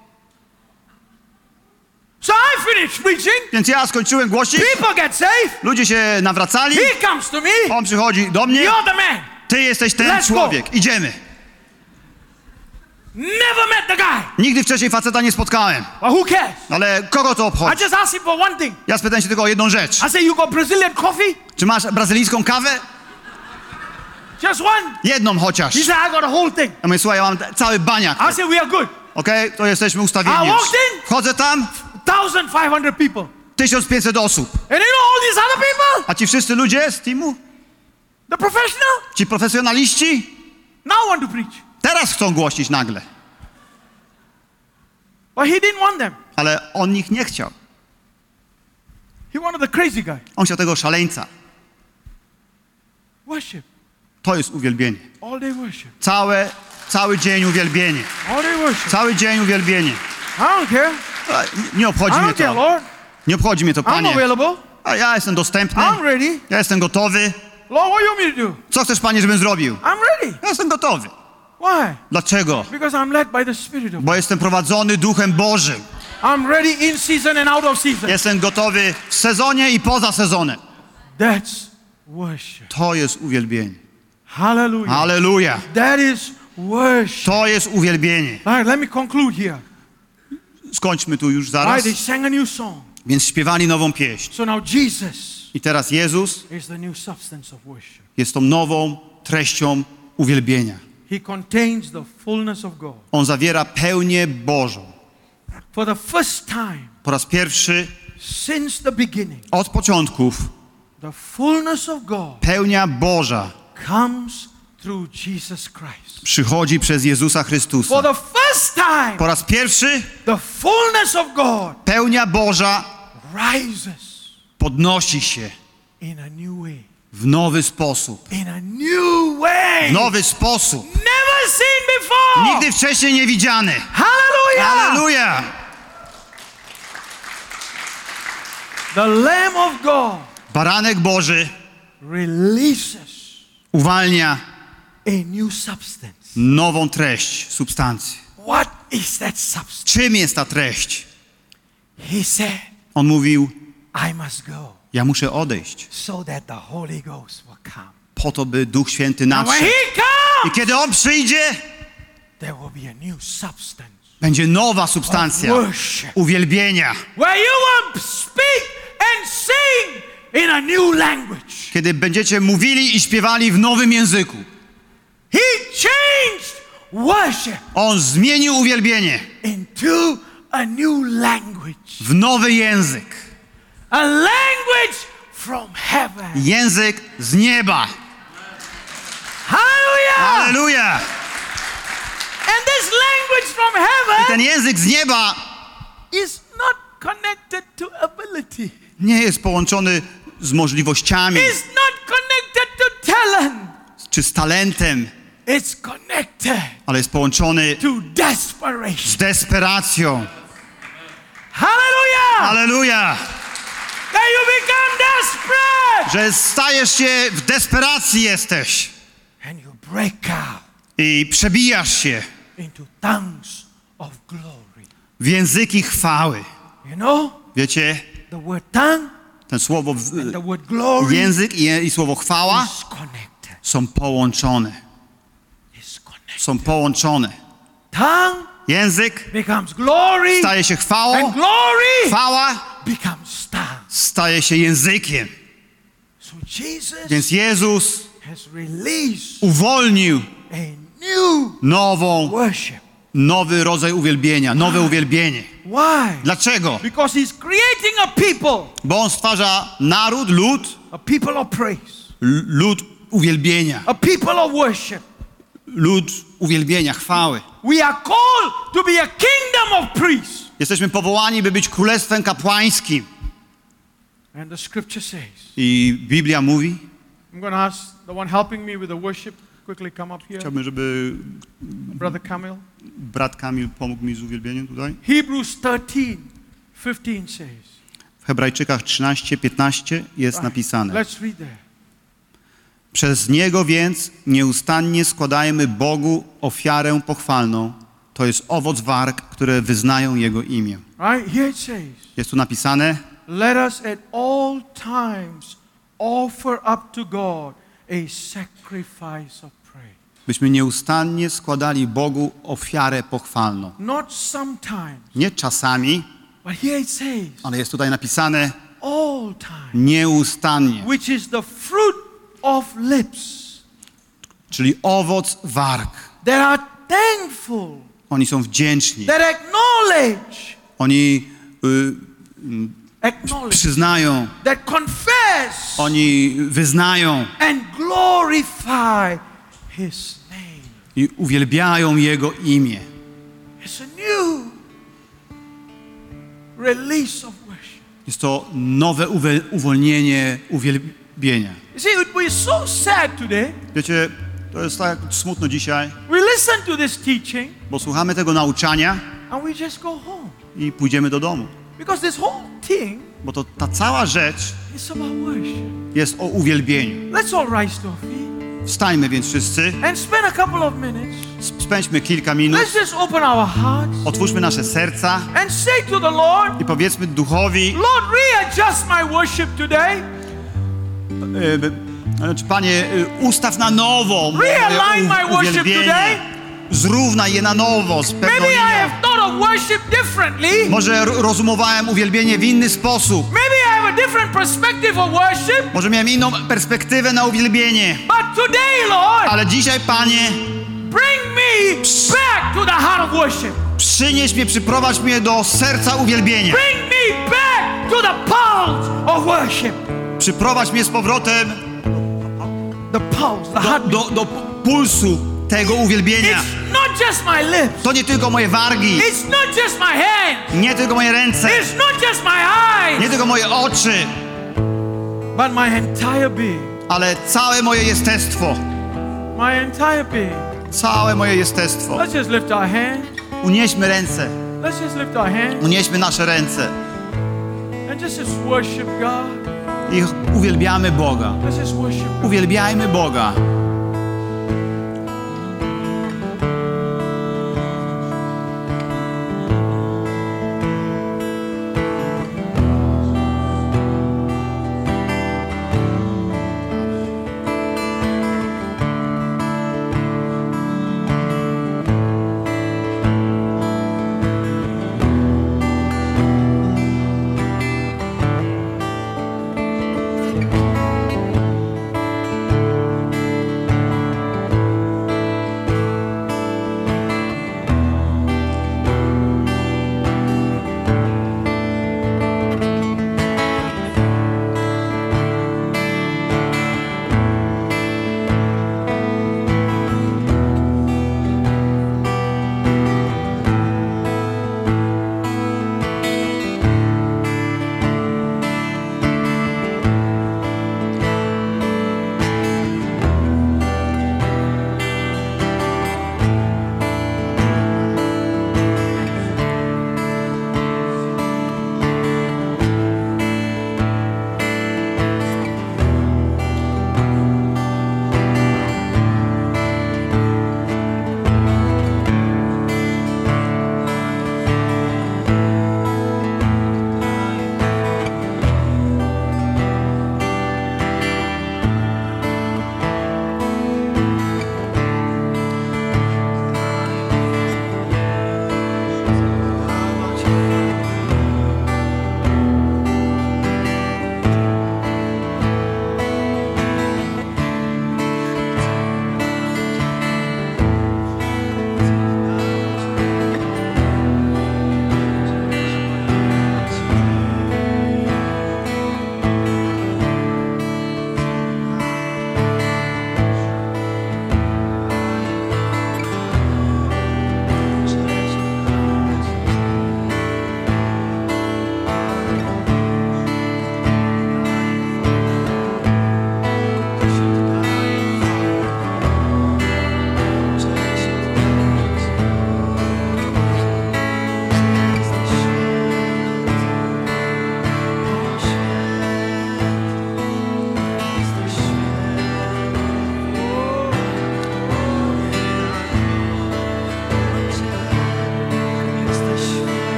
So I finished preaching. Więc ja skończyłem głosić, People get saved. ludzie się nawracali, He comes to me. on przychodzi do mnie, You're the man. ty jesteś ten Let's go. człowiek, idziemy. Never met the guy. Nigdy wcześniej faceta nie spotkałem, But who cares? ale kogo to I obchodzi? just asked him for one thing. Ja spytałem się tylko o jedną rzecz. I said, you got Brazilian coffee? Czy masz brazylijską kawę? Just one. Jedną chociaż. He said, I got a whole thing. Ja mówię, słuchaj, ja mam cały baniak. I said, we are good. Okej, to jesteśmy I ustawieni już. walked in. Wchodzę tam, one thousand five hundred people. tysiąc pięćset osób. And you know all these other people? A ci wszyscy ludzie z teamu, The professional? ci profesjonaliści, Now want to preach. teraz chcą głosić nagle. But he didn't want them. Ale on ich nie chciał. He wanted the crazy guy. On chciał tego szaleńca. Worship. To jest uwielbienie. All day worship. Całe, cały dzień uwielbienie. All day worship. Cały dzień uwielbienie. I don't care. A, Nie I obchodzi mnie don't care, to. Lord. Nie obchodzi mnie to, I'm Panie. available. A ja jestem dostępny. I'm ready. Ja jestem gotowy. Lord, what you want me to do? Co chcesz, Panie, żebym zrobił? I'm ready. Ja jestem gotowy. Why? Dlaczego? Because I'm led by the Spirit of God. Bo jestem prowadzony Duchem Bożym. I'm ready in season and out of season. Jestem gotowy w sezonie i poza sezonem. That's worship. To jest uwielbienie. Hallelujah. Halleluja. That is worship. To jest uwielbienie. All right, let me conclude here. Skończmy tu już All zaraz. right, they sang a new song. Więc śpiewali nową pieśń. So now Jesus I teraz Jezus is the new substance of worship. jest tą nową treścią uwielbienia. He contains the fullness of God. On zawiera pełnię Bożą. For the first time Po raz pierwszy since the beginning, od początków the fullness of God pełnia Boża comes through Jesus Christ. przychodzi przez Jezusa For Chrystusa. the first time, Po raz pierwszy the fullness of God pełnia Boża rises podnosi się in a new way. w nowy sposób. In a new way. W nowy sposób. Never seen before. Nigdy wcześniej nie widziany. Hallelujah. Halleluja! The Lamb of God Baranek Boży releases uwalnia a new substance. nową treść, substancję. What is that substance? Czym jest ta treść? He said, On mówił, I must go ja muszę odejść so that the Holy Ghost will come. po to, by Duch Święty And when nadszedł. he I comes, kiedy On przyjdzie, there will be a new substance będzie nowa of substancja worship. uwielbienia. Where you will speak and sing in a new language. Kiedy będziecie mówili i śpiewali w nowym języku. He changed worship On zmienił uwielbienie into a new language. w nowy język. A language from heaven. Język z nieba. Hallelujah. Halleluja! And this language from I heaven ten język z nieba is not connected to ability. nie jest połączony z możliwościami It's not connected to talent. czy z talentem, It's connected ale jest połączony to desperation. z desperacją. Hallelujah. Halleluja! That you become desperate. Że stajesz się w desperacji jesteś And you break out i przebijasz się into tongues of glory. w języki chwały. You know, Wiecie, the word tongue ten słowo and w, the word glory język i, i słowo chwała is connected. są połączone. Is connected. Są połączone. Tongue Język becomes glory staje się and chwałą, glory chwała becomes tongue. staje się językiem. So Jesus Więc Jezus has released uwolnił a new nową, worship. nowy rodzaj uwielbienia, nowe uwielbienie. Why? Dlaczego? Because he's creating a people, Bo On stwarza naród, lud, a people of praise, l- lud uwielbienia, a people of worship. lud uwielbienia, chwały. We are called to be a kingdom of priests. Jesteśmy powołani, by być królestwem kapłańskim. And the scripture says, I Biblia mówi, I'm going to ask the one helping me with the worship, quickly come up here. chciałbym, żeby Brother Kamil. brat Kamil pomógł mi z uwielbieniem tutaj. Hebrews thirteen fifteen says, W Hebrajczykach trzynaście piętnaście jest napisane. let's read there. Przez Niego więc nieustannie składajmy Bogu ofiarę pochwalną. To jest owoc warg, które wyznają Jego imię. Right? Here it says, Jest tu napisane, let us at all times offer up to God a sacrifice of praise. byśmy nieustannie składali Bogu ofiarę pochwalną. Not sometimes, Nie czasami, but here it says, ale jest tutaj napisane all time, nieustannie, which is the fruit of lips czyli owoc warg. that are thankful, Oni są wdzięczni. that acknowledge, Oni y, acknowledge, przyznają, that confess oni wyznają and glorify His name. i uwielbiają Jego imię. It's a new release of worship. Jest to nowe uwe- uwolnienie uwielbienia. You see, we're so sad today. Wiecie, to jest tak smutno dzisiaj, We listen to this teaching bo słuchamy tego nauczania and we just go home. i pójdziemy do domu. Because this whole thing Bo to ta cała rzecz is about worship. jest o uwielbieniu. Let's all rise to our feet Wstańmy więc wszyscy, and spend a couple of minutes. sp- spędźmy kilka minut, Let's just open our hearts otwórzmy nasze serca and say to the Lord, i powiedzmy Duchowi, Lord, readjust my worship today. e, znaczy, Panie, e, ustaw na nowo moje Realign my u- worship uwielbienie. today. Zrównaj je na nowo z pewną Maybe I linią. have thought of worship differently. Może ro- rozumowałem uwielbienie w inny sposób. Maybe I have a different perspective of worship. Może miałem inną perspektywę na uwielbienie. But today, Lord, Ale dzisiaj, Panie, bring me back to the heart of worship. przynieś mnie, przyprowadź mnie do serca uwielbienia. Bring me back to the pulse of worship. Przyprowadź mnie z powrotem The pulse, the do, heart. do, do pulsu tego uwielbienia. It's not just my lips. To nie tylko moje wargi, It's not just my hands. nie tylko moje ręce, It's not just my nie eyes. tylko moje oczy, But my entire being. ale całe moje jestestwo. My entire being. Całe moje jestestwo. Let's just lift our hands. Unieśmy ręce, Let's just lift our hands unieśmy nasze ręce and just, just worship God. i uwielbiamy Boga. Let's just worship God. Uwielbiajmy Boga.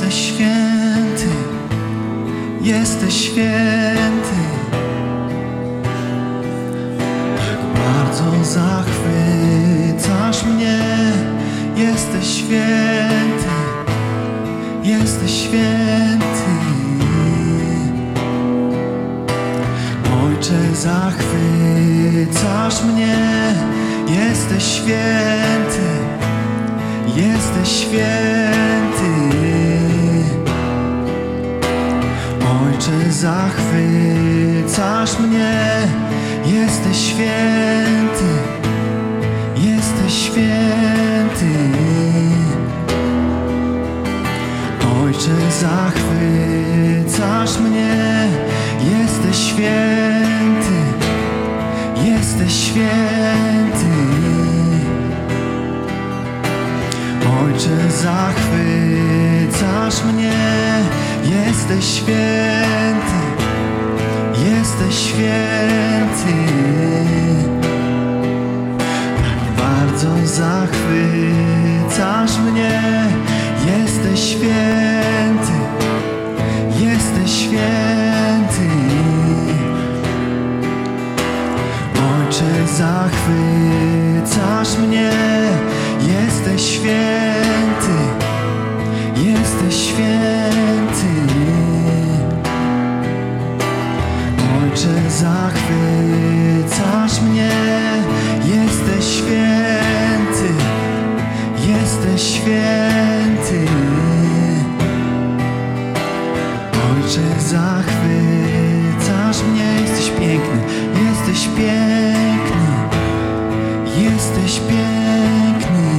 Jesteś święty, jesteś święty. Jak bardzo zachwycasz mnie. Jesteś święty, jesteś święty. Ojcze, zachwycasz mnie. Jesteś święty, jesteś święty. Ojcze, zachwycasz mnie. Jesteś święty, jesteś święty. Ojcze, zachwycasz mnie. Jesteś święty, jesteś święty. Ojcze, zachwycasz mnie. Jesteś święty, jesteś święty. Tak bardzo zachwycasz mnie. Jesteś święty, jesteś święty. Ojcze, zachwycasz mnie. Jesteś święty, jesteś święty. Ojcze, zachwycasz mnie. Jesteś święty, jesteś święty. Ojcze, zachwycasz mnie. Jesteś piękny, jesteś piękny. Jesteś piękny.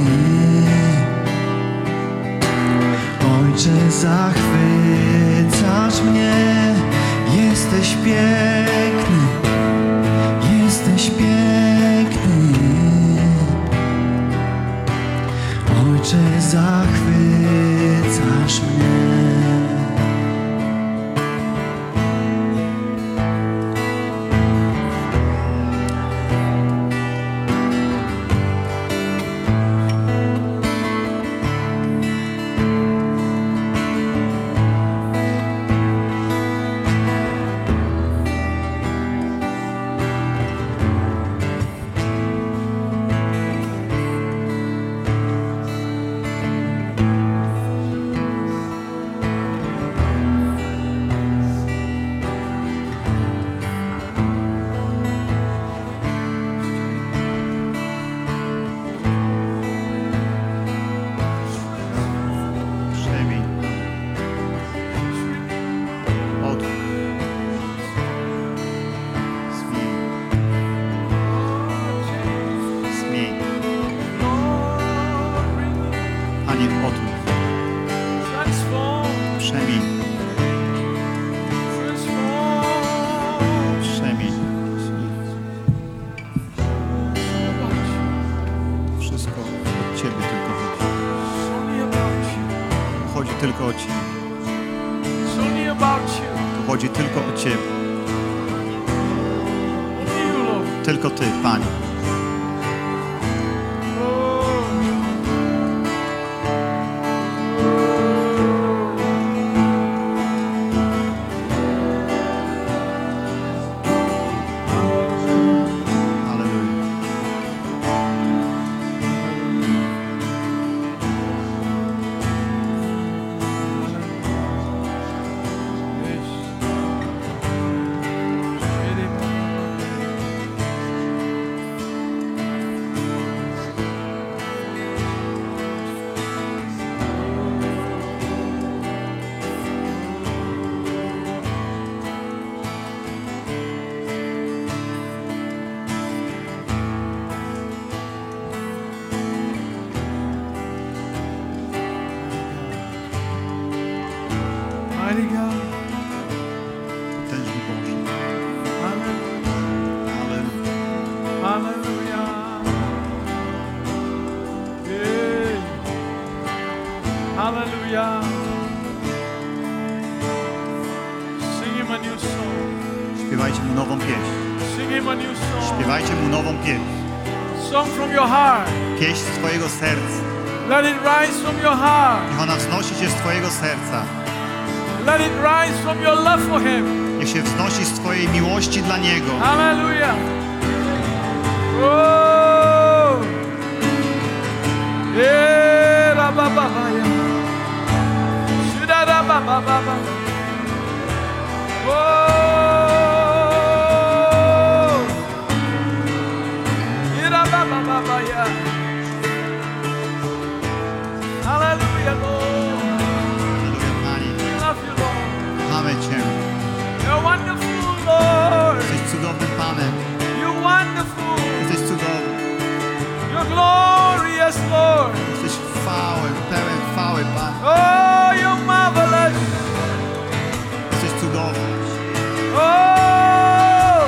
Ojcze, zachwycasz mnie. Jesteś piękny, jesteś piękny. Ojcze, zachwycasz mnie. Tylko o Ciebie. Chodzi tylko o Ciebie. Tylko Ty, Panie. Potężny Boże. Hallelujah. Hey. Hallelujah. Sing him a new song. Śpiewajcie Mu nową pieśń. Sing him a new song. Śpiewajcie Mu nową pieśń. Song from your heart. Pieśń z Twojego serca. Let it rise from your heart. Niech ona wznosi się z twojego serca. Let it rise from your love for Him. Niech się wznosi z twojej miłości dla Niego. Hallelujah. Oh. Yeah, ba ba ba ba. Shida da ba ba ba ba. Oh. Ira ba ba ba ba ya. Hallelujah, Lord. Halleluja, Panie. We love you, Lord. Kochamy Cię. You're wonderful, Lord. Jesteś cudownym Panem. You're wonderful. Jesteś cudowny. You're glorious, Lord. Jesteś chwały, pełen chwały, Pan. Oh, you're marvelous. Jesteś cudowny. Oh,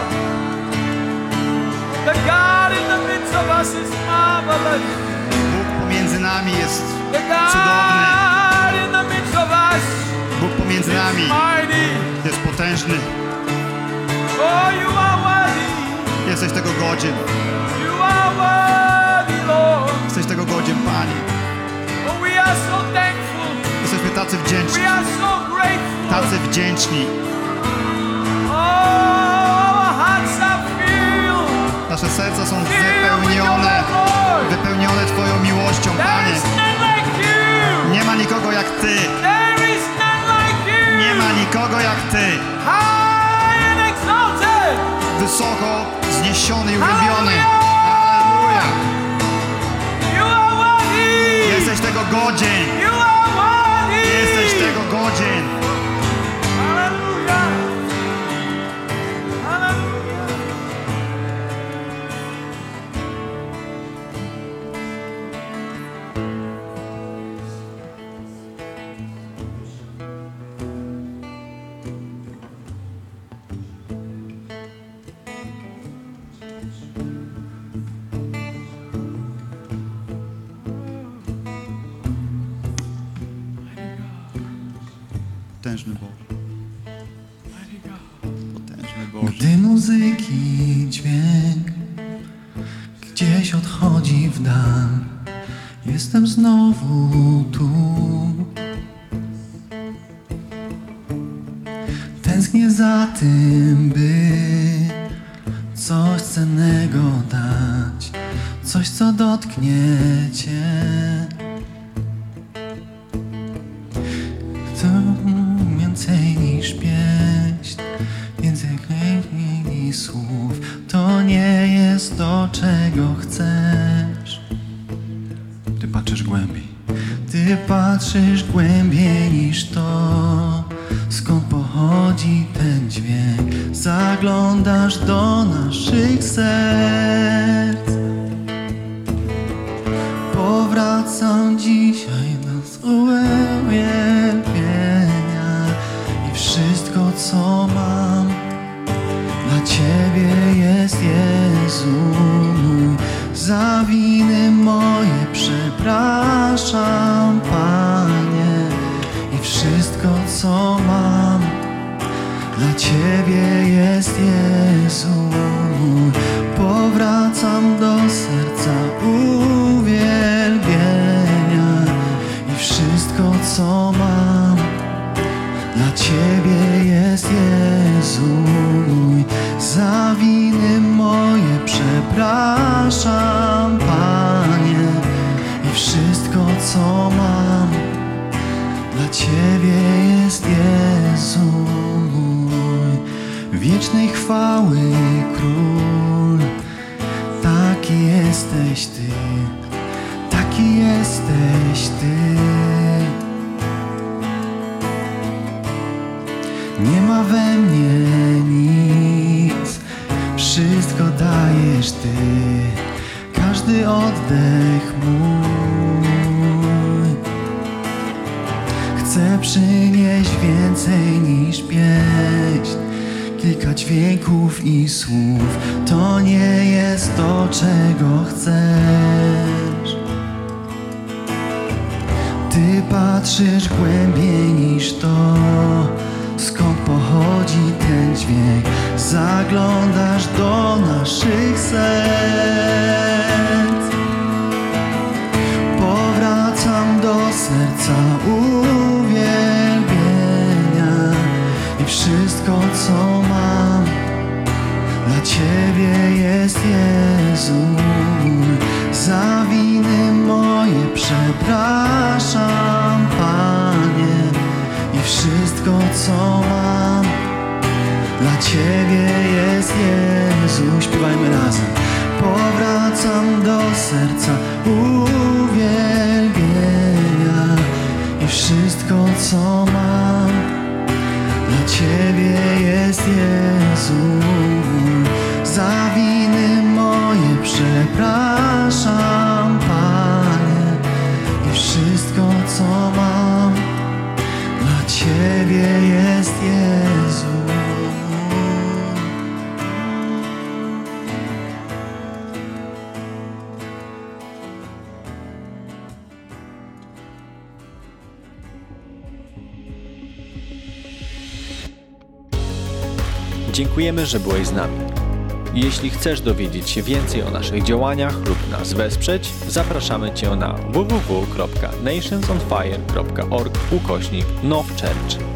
the God in the midst of us is marvelous. Bóg pomiędzy nami jest The cudowny. God in the midst of us Bóg pomiędzy nami is mighty. jest potężny. Oh, you are worthy. Jesteś tego godzien. You are worthy, Lord. Jesteś tego godzien, Panie. Oh, we are so thankful. Jesteśmy tacy wdzięczni. We are so grateful. Tacy wdzięczni. Oh, our hearts are filled. Nasze serca są Filled with your wypełnione. love, Lord. Wypełnione Twoją miłością, There Panie. is none like you. Nie ma nikogo jak Ty. There is none like you. Nie ma nikogo jak Ty. High and exalted. Wysoko zniesiony i uwielbiony. Hallelujah. Halleluja. You are worthy. Jesteś tego godzien. You are worthy. Jesteś tego godzien. Hallelujah. Hallelujah. Potężny Boże. Mighty God. Potężny Boże. Gdy muzyki dźwięk gdzieś odchodzi w dal, jestem znowu tu. Tęsknię za tym, by coś cennego dać, coś, co dotknie Cię. To więcej niż pieśń, więcej niż słów. To nie jest to, czego chcesz. Ty patrzysz głębiej. Ty patrzysz głębiej niż to, skąd pochodzi ten dźwięk. Zaglądasz do naszych serc. Powracam dzisiaj do uwielbienia i wszystko, co mam dla Ciebie jest, Jezu mój. Za winy moje przepraszam, Panie, i wszystko, co mam dla Ciebie jest, Jezu mój. Powracam do serca uwielbienia i wszystko, co mam dla Ciebie jest, Jezu mój. Za winy moje przepraszam, Panie, i wszystko, co mam dla Ciebie jest, Jezu mój. Wiecznej chwały Król, taki jesteś Ty, taki jesteś Ty. Nie ma we mnie nic, wszystko dajesz Ty, każdy oddech mój. Chcę przynieść więcej niż pieśń, kilka dźwięków i słów. To nie jest to, czego chcesz. Ty patrzysz głębiej niż to, skąd pochodzi ten dźwięk. Zaglądasz do naszych serc. Powracasz serca uwielbienia i wszystko, co mam, dla Ciebie jest, Jezu. Za winy moje przepraszam, Panie, i wszystko, co mam, dla Ciebie jest, Jezu. Śpiewajmy razem. Powracam do serca uwielbienia i wszystko, co mam, dla Ciebie jest, Jezu. Za winy moje przepraszam, Panie, i wszystko, co mam, dla Ciebie jest, Jezu. Dziękujemy, że byłeś z nami. Jeśli chcesz dowiedzieć się więcej o naszych działaniach lub nas wesprzeć, zapraszamy Cię na w w w kropka nationsonfire kropka org ukośnik nowchurch.